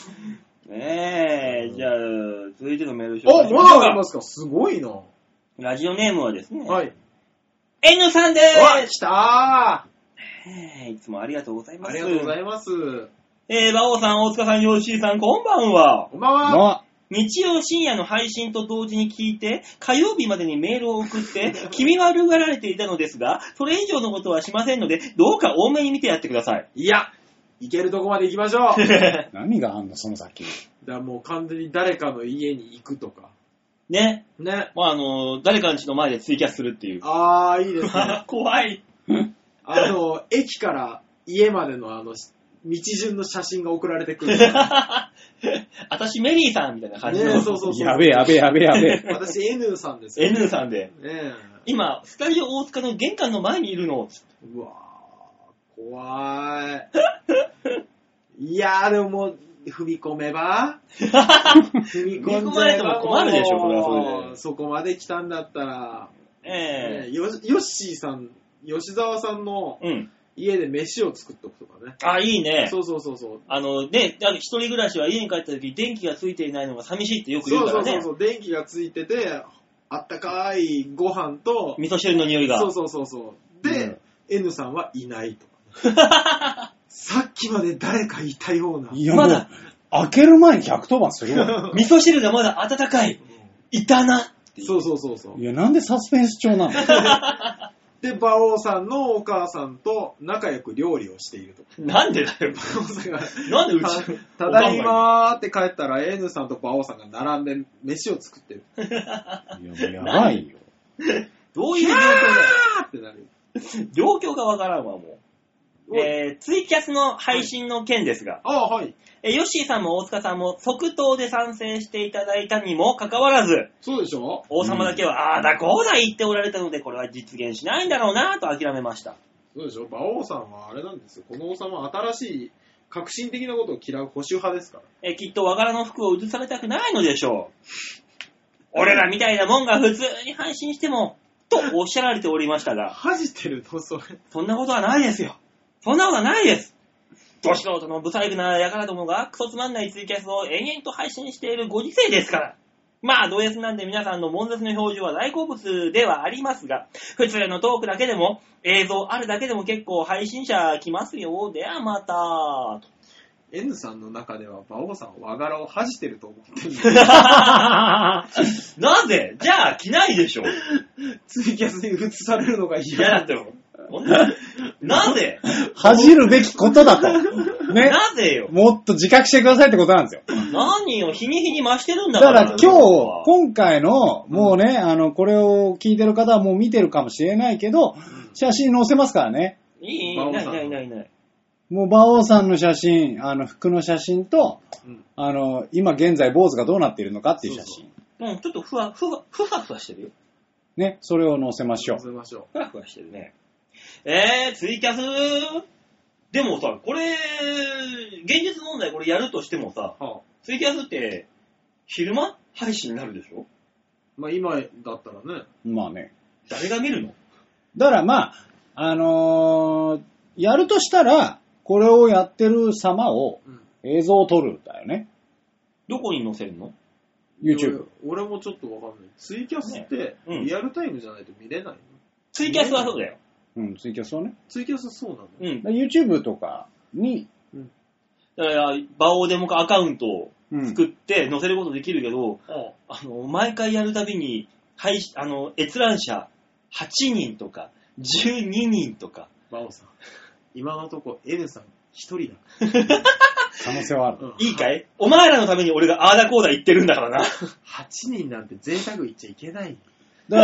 ねえ、じゃあ、続いてのメール紹介しましょうか。まだありますか？すごいな。 ラジオネームはですね。 はい。 N さんでーす。 来たー。いつもありがとうございます。 ありがとうございます。 馬王さん、大塚さん、ヨッシーさん、こんばんは。 こんばんは。 日曜深夜の配信と同時に聞いて、火曜日までにメールを送って、気味悪がられていたのですが、それ以上のことはしませんので、どうか多めに見てやってください。 いや、行けるとこまで行きましょう。 何があんの、その先。 だからもう完全に誰かの家に行くとか。 ね。まあ誰かの家の前でツイキャスするっていう。 いいですね。 怖い。 駅から家までの道順の写真が送られてくる。 私メリーさんみたいな感じの。 そう。 やべえ。 私 N さんですよ。 N さんで。今、スタジオ大塚の玄関の前にいるの。 うわー、怖い。いやー、でももう、踏み込めば踏み込まれても困るでしょ、これはそれで。 そこまで来たんだったら。ヨッシーさん、吉沢さんの家で飯を作っとくとかね。 いいね。 そう。 一人暮らしは家に帰った時電気がついていないのが寂しいってよく言うからね。 そう。電気がついてて、 あったかいご飯と、 味噌汁の匂いが。 そう。で、N さんはいないと。さっきまで誰かいたような。 いや、まだ開ける前に110番するわ。 味噌汁がまだ温かい。いたな。 そう。 いや、なんでサスペンス調なの？ で、馬王さんのお母さんと仲良く料理をしていると。 なんでだよ。 馬王さんがなんでうちただいまーって帰ったら N さんと馬王さんが並んで飯を作ってる。 いや、もうやばいよ。 どういう状況だよ。 ってなる。 状況がわからんわ、もう。ツイキャスの配信の件ですが、 はい。 ヨッシーさんも大塚さんも即答で賛成していただいたにもかかわらず、 そうでしょ？ 王様だけは、ああだこうだ言っておられたので、これは実現しないんだろうなと諦めました。 そうでしょ？馬王さんはあれなんですよ。この王様は新しい革新的なことを嫌う保守派ですから。 きっと和柄の服を映されたくないのでしょう。俺らみたいなもんが普通に配信しても、とおっしゃられておりましたが、 恥じてるのそれ。 そんなことはないですよ。そんなことはないです。ど素人のブサイクな輩どもがクソつまんないツイキャスを延々と配信しているご時世ですから。まあ、ド S なんで皆さんの悶絶の表情は大好物ではありますが、普通のトークだけでも、映像あるだけでも結構配信者来ますよ。ではまた。 N さんの中では馬王さんは和柄を恥じてると思ってる。 なぜ？じゃあ着ないでしょ。 ツイキャスに映されるのが嫌だっても。なぜ？ 恥じるべきことだと。ね。 なぜよ。 もっと自覚してくださいってことなんですよ。 何よ、日に日に増してるんだから。 だから今回の、もうね、これを聞いてる方はもう見てるかもしれないけど、写真載せますからね。 いい、ない。 もう馬王さんの写真、服の写真と、今現在坊主がどうなっているのかっていう写真。 ちょっとふわふわしてるよ。 ね、それを載せましょう。 ふわふわしてるね。ツイキャスでもさ、これ、現実問題これやるとしてもさ、ツイキャスって昼間配信になるでしょ？ まあ今だったらね。 まあね。 誰が見るの？ だからまあ、やるとしたら、これをやってる様を映像を撮るんだよね。 どこに載せるの？ YouTube。俺もちょっとわかんない。ツイキャスってリアルタイムじゃないと見れないの？ ツイキャスはそうだよ。 ツイキャスはね。 ツイキャスそうなの？ YouTube とかに、 だから、バオデモカアカウントを作って載せることできるけど、毎回やるたびに、閲覧者8人とか、12人とか。 バオさん、今のとこ N さん1人だ。 可能性はある。 いいかい？お前らのために俺がアーダコーダ言ってるんだからな。 8人なんて贅沢言っちゃいけない。 だから、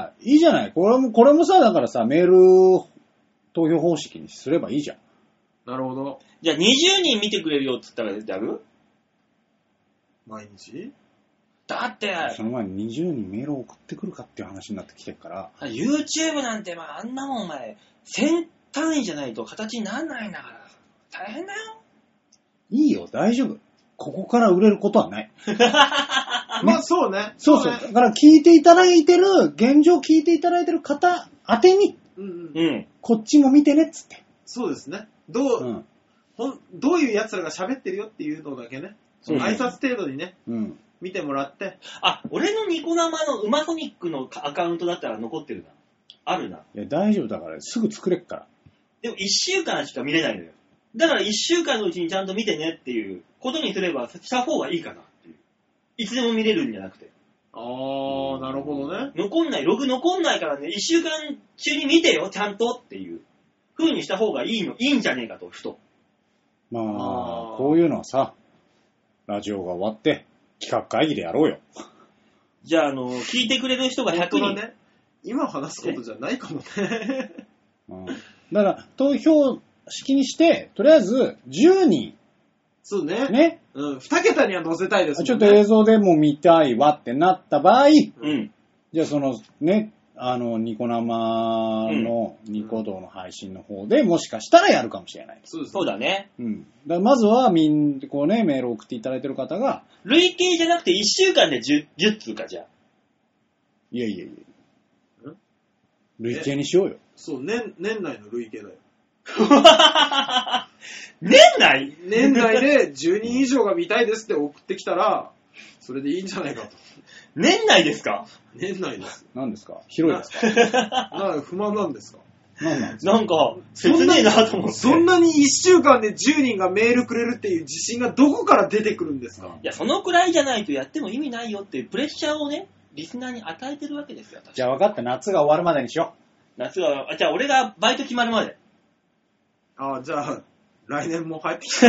いいじゃない。これもさ、だからさ、メール投票方式にすればいいじゃん。 なるほど。 じゃあ20人見てくれるよって言ったらやる？ 毎日？ だって、 その前に20人メールを送ってくるかっていう話になってきてるから。 YouTube なんてあんなもんお前、1000単位じゃないと形にならないんだから。大変だよ。 いいよ、大丈夫。ここから売れることはない。 まあそうね。 そう。だから聞いていただいてる、現状聞いていただいてる方宛てに、こっちも見てねっつって。 そうですね。どういう奴らが喋ってるよっていうのだけね。挨拶程度にね、見てもらって。 俺のニコ生のウマソニックのアカウントだったら残ってるな。あるな。 いや、大丈夫だから、すぐ作れっから。 でも1週間しか見れないのよ。だから1週間のうちにちゃんと見てねっていうことにすればした方がいいかなっていう。いつでも見れるんじゃなくて。 なるほどね。 ログ残んないからね、1週間中に見てよ、ちゃんとっていう風にした方がいいんじゃねえかと、ふと。 まあ、こういうのはさ、ラジオが終わって、企画会議でやろうよ。 じゃあ、聞いてくれる人が100人。 ね。今話すことじゃないかもね。 だから、投票式にして、とりあえず10人。 そうね。 ね。 2桁には載せたいですもんね。 ちょっと映像でも見たいわってなった場合、じゃあそのね、ニコ生のニコ動の配信の方でもしかしたらやるかもしれない。 そうだね。 だからまずはこうね、メールを送っていただいてる方が。 累計じゃなくて1週間で 10通か、じゃあ。 いや。累計にしようよ。 そう、年内の累計だよ。 年内で10人以上が見たいですって送ってきたら、 それでいいんじゃないかと。 年内ですか？ 年内です。 何ですか？広いですか？ 不満なんですか？ 何なんですか？ なんか、切ねえなと思って。 そんなに1週間で10人がメールくれるっていう自信がどこから出てくるんですか？ いや、そのくらいじゃないとやっても意味ないよっていうプレッシャーをね、リスナーに与えてるわけですよ。 じゃあ分かった。夏が終わるまでにしよ夏が、じゃあ俺がバイト決まるまで。 じゃあ、来年も入ってきた。 う。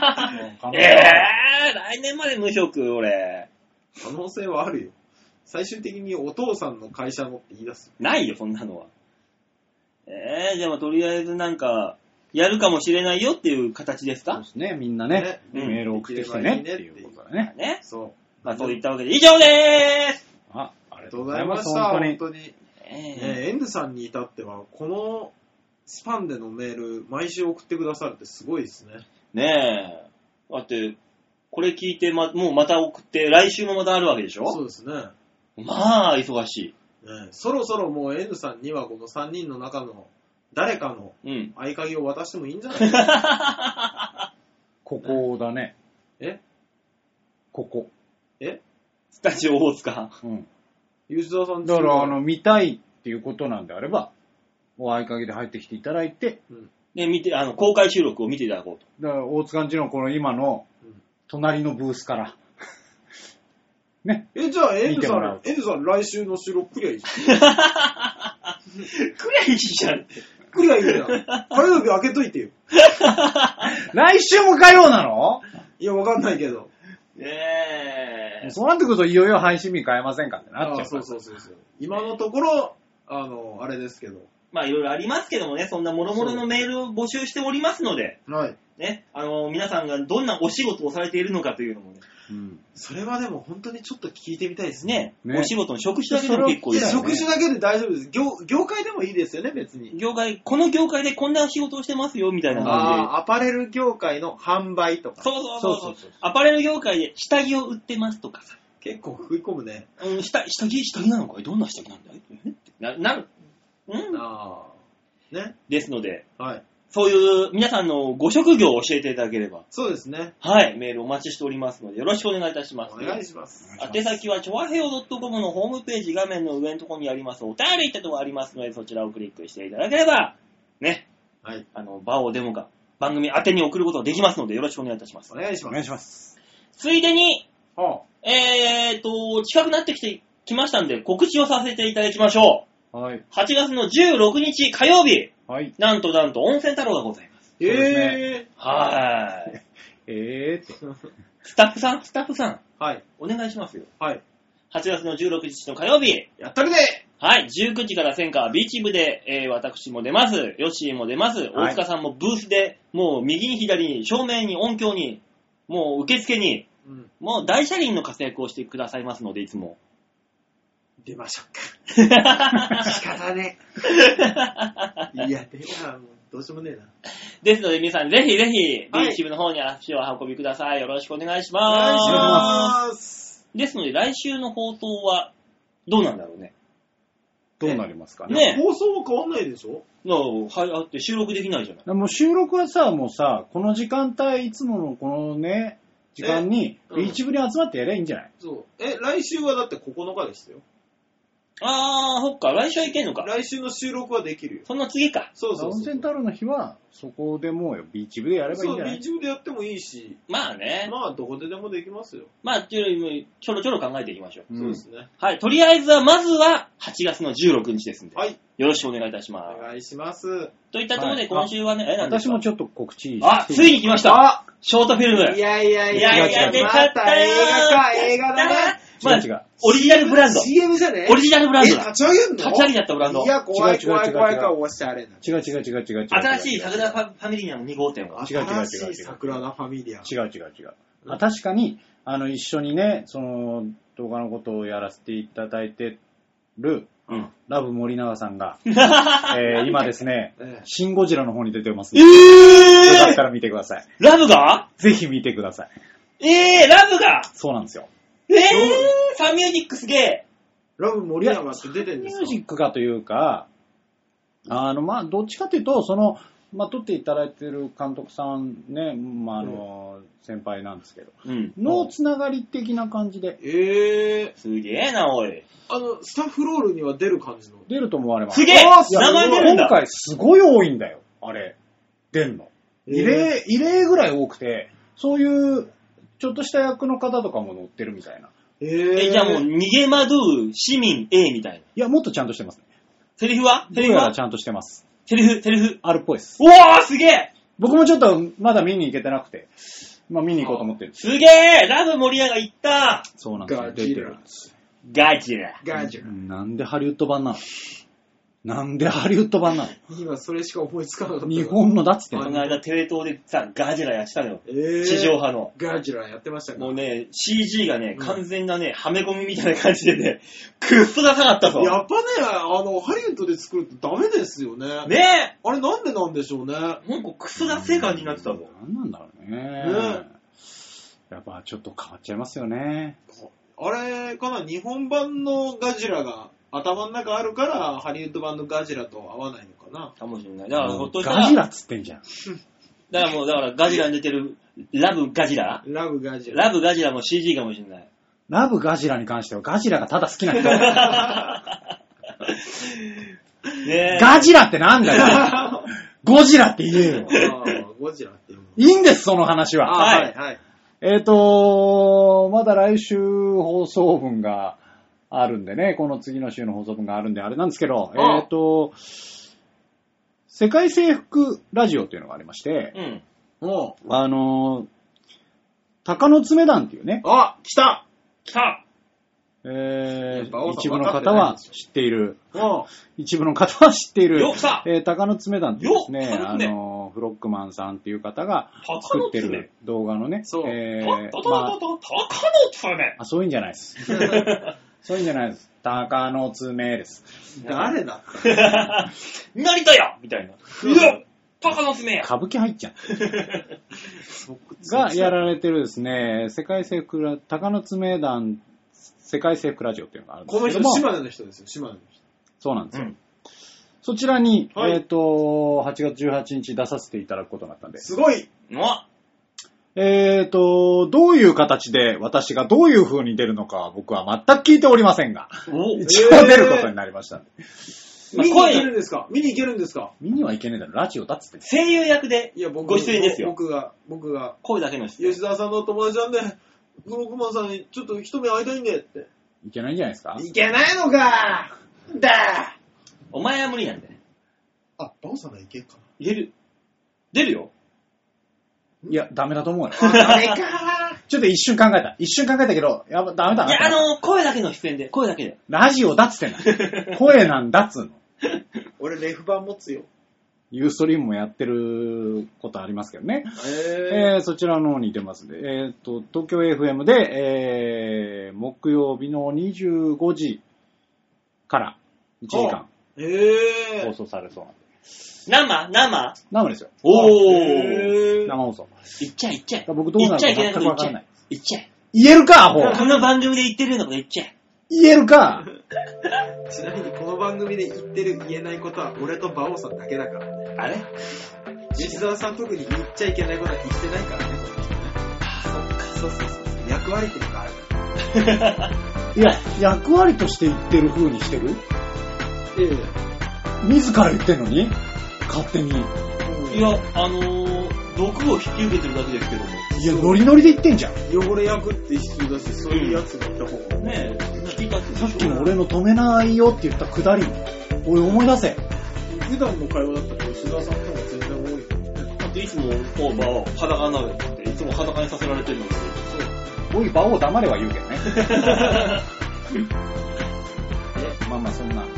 来年まで無職、俺。 可能性はあるよ。最終的にお父さんの会社のって言い出す。 ないよ、そんなのは。でもとりあえずなんか、やるかもしれないよっていう形ですか？ そうですね。みんなね、 うんメールを送ってきてねっていうことだね。 ね。 そう。 まあそういったわけで以上でーす。 ありがとうありがとうごございま。 ざいますした。 本当に。 本当に。エンドさんに至っては、このスパンでのメール、毎週送ってくださるってすごいですね。 ねえ。だって、これ聞いて、もうまた送って、来週もまたあるわけでしょ？ そうですね。 まあ、忙しそろそろもう N さんにはこの3人の中の誰かのい。うん。 合鍵を渡してもいいんじゃないですか。 ここだね。 えここ。 スタジオ大塚。 うん。 吉沢さんだから、見たいっていうことなんであれば、お合鍵で入ってきていただいて、 ね、公開収録を見ていただこうと。 だから大塚んちのこの今の隣のブースからね。 じゃあエンドさん来週の収録来りゃいいじゃん。 くりゃいいじゃんって。 来りゃいいじゃん。火曜日開けといてよ。 来週も火曜なの？ いや、わかんないけど。 そうなってくるといよいよ配信日変えませんかってなっちゃう。 そう。今のところ、あれですけど。 まあいろいろありますけどもね、そんな諸々のメールを募集しておりますので、 はい。 ね、皆さんがどんなお仕事をされているのかというのもね、 それはでも本当にちょっと聞いてみたいですね。 お仕事の職種だけでも結構いいですよね。 職種だけで大丈夫です。業界でもいいですよね、別に。 この業界でこんな仕事をしてますよ、みたいな感じで。 アパレル業界の販売とか。 そう。アパレル業界で下着を売ってますとかさ。 結構食い込むね。 下着なのかい？どんな下着なんだい？なる。 ね。 ですので、 はい。 そういう皆さんのご職業を教えていただければ。 そうですね。 はい。メールお待ちしておりますので、よろしくお願いいたします。 お願いします。 宛先は、ちょわへよ .com のホームページ画面の上のところにあります、お便りってところありますので、そちらをクリックしていただければ、ね。 はい。 場をデモか、番組宛てに送ることができますので、よろしくお願いいたします。 お願いします。 お願いします。 ついでに、近くなってきましたんで、告知をさせていただきましょう。 はい。 8月の16日火曜日。 はい。 なんと温泉太郎がございます。はい。 って。 スタッフさん。 はい。 お願いしますよ。 はい。 8月の16日の火曜日。 やったるね。 はい。19時から千川ビーチ部で、私も出ます。ヨッシーも出ます。大塚さんもブースで、もう右に左に、正面に音響に、もう受付に、もう大車輪の活躍をしてくださいますので、いつも。 出ましょうか。仕方ねえ。いや、どうしようもねえな。 ですので、皆さんぜひぜひ、ビーチ部の方に足を運びください。よろしくお願いします。 お願いします。 ですので、来週の放送は、どうなんだろうね。 どうなりますかね。 放送は変わんないでしょ？ だって収録できないじゃない。 もう収録はさ、もうさ、この時間帯、いつものこのね、時間に、ビーチ部に集まってやればいいんじゃない？ そう。来週はだって9日ですよ。 そっか、来週はいけんのか。 来週の収録はできるよ。 その次か。 そう。 温泉太郎の日は、そこでもうよ、ビーチ部でやればいいんじゃない？ そう、ビーチ部でやってもいいし。 まあね。 まあ、どこででもできますよ。 まあ、ちょろちょろ考えていきましょう。 そうですね。 はい、とりあえずは、まずは、8月の16日ですんで。 はい。 よろしくお願いいたします。 お願いします。 といったところで、今週はね、 私もちょっと告知。 ついに来ましたショートフィルム。 いや、 出ちゃった映画だね。 違う。オリジナルブランド。 CM じゃね？ オリジナルブランドだ。 立ち上げんの？ 立ち上げちゃったブランド。 いや、怖い、おしゃれな。 違う。 新しいサグラダ・ファミリアの2号店は。 新しいサグラダ・ファミリア。 違う。確かに、一緒にね、その、動画のことをやらせていただいてる、ラブ森永さんが、今ですね、シンゴジラの方に出てます。よかったら見てください。 ラブが？ ぜひ見てください。 ラブが？ そうなんですよ。 サンミュージックすげえ。 ラブ森永って出てんですか？ ミュージックかというか、まあ、どっちかというと、その、 撮っていただいてる監督さんね、先輩なんですけど、のつながり的な感じで。 すげえな、おい。 スタッフロールには出る感じの。 出ると思われます。 すげえ名前出るんだ。 今回すごい多いんだよ、あれ。出んの。異例ぐらい多くて、そういう、ちょっとした役の方とかも乗ってるみたいな。 じゃあもう、逃げ惑う市民 A みたいな。いや、もっとちゃんとしてますね。 セリフはちゃんとしてます。 セリフ。 あるっぽいです。 うわー、すげえ。 僕もちょっとまだ見に行けてなくて、見に行こうと思ってる。 すげえ、ラブ森屋が行った。 そうなんですよ。出てる。 ガジラ。 なんでハリウッド版なの？ 今それしか思いつかなかった。 日本のだっつってんの。 この間テレ東でさ、ガジラやってたのよ。地上波の。 ガジラやってましたか？ もうね、CG がね、完全なね、はめ込みみたいな感じでね、くっそダサかったぞ。 やっぱね、ハリウッドで作るとダメですよね。 ねえ。 あれなんでなんでしょうね。 なんかくっそダセえ感じになってたぞ。 なんなんだろうね。やっぱちょっと変わっちゃいますよね。 あれかな、日本版のガジラが頭の中あるから、ハリウッド版のガジラと合わないのかな。 かもしれない。だからほっとしたら。 ガジラっつってんじゃん。 だからガジラに出てる、ラブガジラも CG かもしれない。 ラブガジラに関してはガジラがただ好きな人。 ね、 ガジラってなんだよ。ゴジラって言えよ。 ゴジラって言うの。 いいんです、その話は。 はい。 まだ来週放送分があるんでね、この次の週の放送分があるんであれなんですけど、世界征服ラジオっていうのがありまして、鷹の爪団っていうね。 来た一部の方は知っている。鷹の爪団っていうですね、フロックマンさんっていう方が作ってる動画のね。 鷹の爪。 そういうんじゃないです。鷹の爪です。 誰だ成田やみたいな。鷹の爪や。 歌舞伎入っちゃう。がやられてるですね、鷹の爪団世界征服ラジオっていうのがあるんですけども。 この人、島根の人ですよ、島根の人。 そうなんですよ。そちらに、8月18日出させていただくことになったんで。 すごい！ どういう形で私がどういう風に出るのかは僕は全く聞いておりませんが、一応出ることになりましたんで。 見に行けるんですか？見には行けねえだろ、ラジオだっつって。 声優役でご出演ですよ。 僕が。 声だけの出演。 吉沢さんの友達なんで、フロックマンさんにちょっと一目会いたいんでって。 いけないんじゃないですか？ いけないのかお前は無理なんだよ。 バオさんがいけるかな？ いける。出るよ。 いや、ダメだと思うよ。 ダメかちょっと一瞬考えたけど、ダメだ。 いや、声だけの出演で、声だけで。 ラジオだっつってんだ。声なんだっつうの。 俺、レフ版持つよ。 ユーストリームもやってることありますけどね。そちらの方に出ますんで。東京 FM で、木曜日の25時から1時間放送されそうなんで。 生ですよ。生放送。 言っちゃえ。 僕どうなるか全くわからない。 言っちゃえ。 言えるか、アホ。 この番組で言ってるようなこと言っちゃえ。 言えるか。 ちなみにこの番組で言ってる言えないことは俺と馬王さんだけだからね。 あれ？ 吉沢さん特に言っちゃいけないことは言ってないからね。そう。役割っていうのがあるから。 いや、役割として言ってる風にしてる？自ら言ってんのに勝手に。 いや、毒を引き受けてるだけですけども。 いや、ノリノリで言ってんじゃん。 汚れ役って必要だし、そういうやつがいた方が。 ねえ、引き立つ。 さっきの俺の止めないよって言ったくだり。おい、思い出せ。 普段の会話だったら吉田さんの方が全然多いよね。 だっていつも、裸になるって、いつも裸にさせられてるのに。 おい、馬王黙れは言うけどね。まあ、そんな。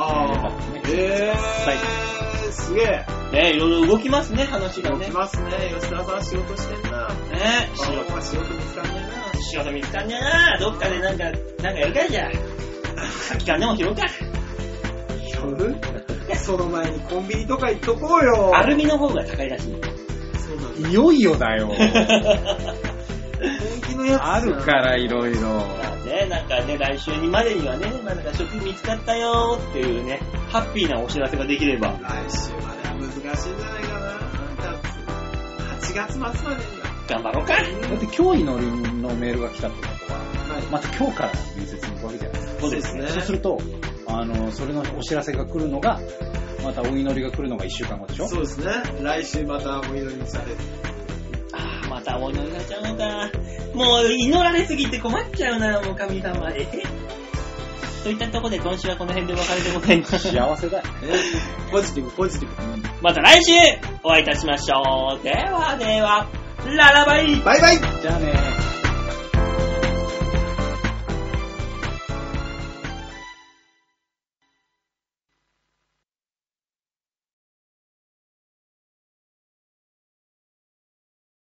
すげえ。 ね、いろいろ動きますね、話がね。 動きますね。吉田さん仕事してんな。 ね、 仕事見つかんねえな。 仕事見つかんねえな。どっかでなんかやるかいじゃん。空き缶でも拾うか。 拾う？その前にコンビニとか行っとこうよ。 アルミの方が高いらしい。 そうなんだ。 いよいよだよ。 本気のやつあるからいろいろ。 ね、なんかね、来週にまでにはね、なんか職見つかったよっていうね、ハッピーなお知らせができれば。 来週までは難しいんじゃないかな。 4月末まで頑張ろうか。 だって今日祈りのメールが来たってことは、はい、また今日から面接に行くわけじゃないですか。 そうですね。 そうすると、それのお知らせが来るのが、またお祈りが来るのが1週間後でしょ。 そうですね。来週またお祈りにされる。 またお祈りがちゃうのか。もう祈られすぎて困っちゃうな、もう神様。といったところで今週はこの辺でお別れでございます。 幸せだよね。 ポジティブ、ポジティブ。 また来週お会いいたしましょう。ではでは、ララバイ。 バイバイ。 じゃあね。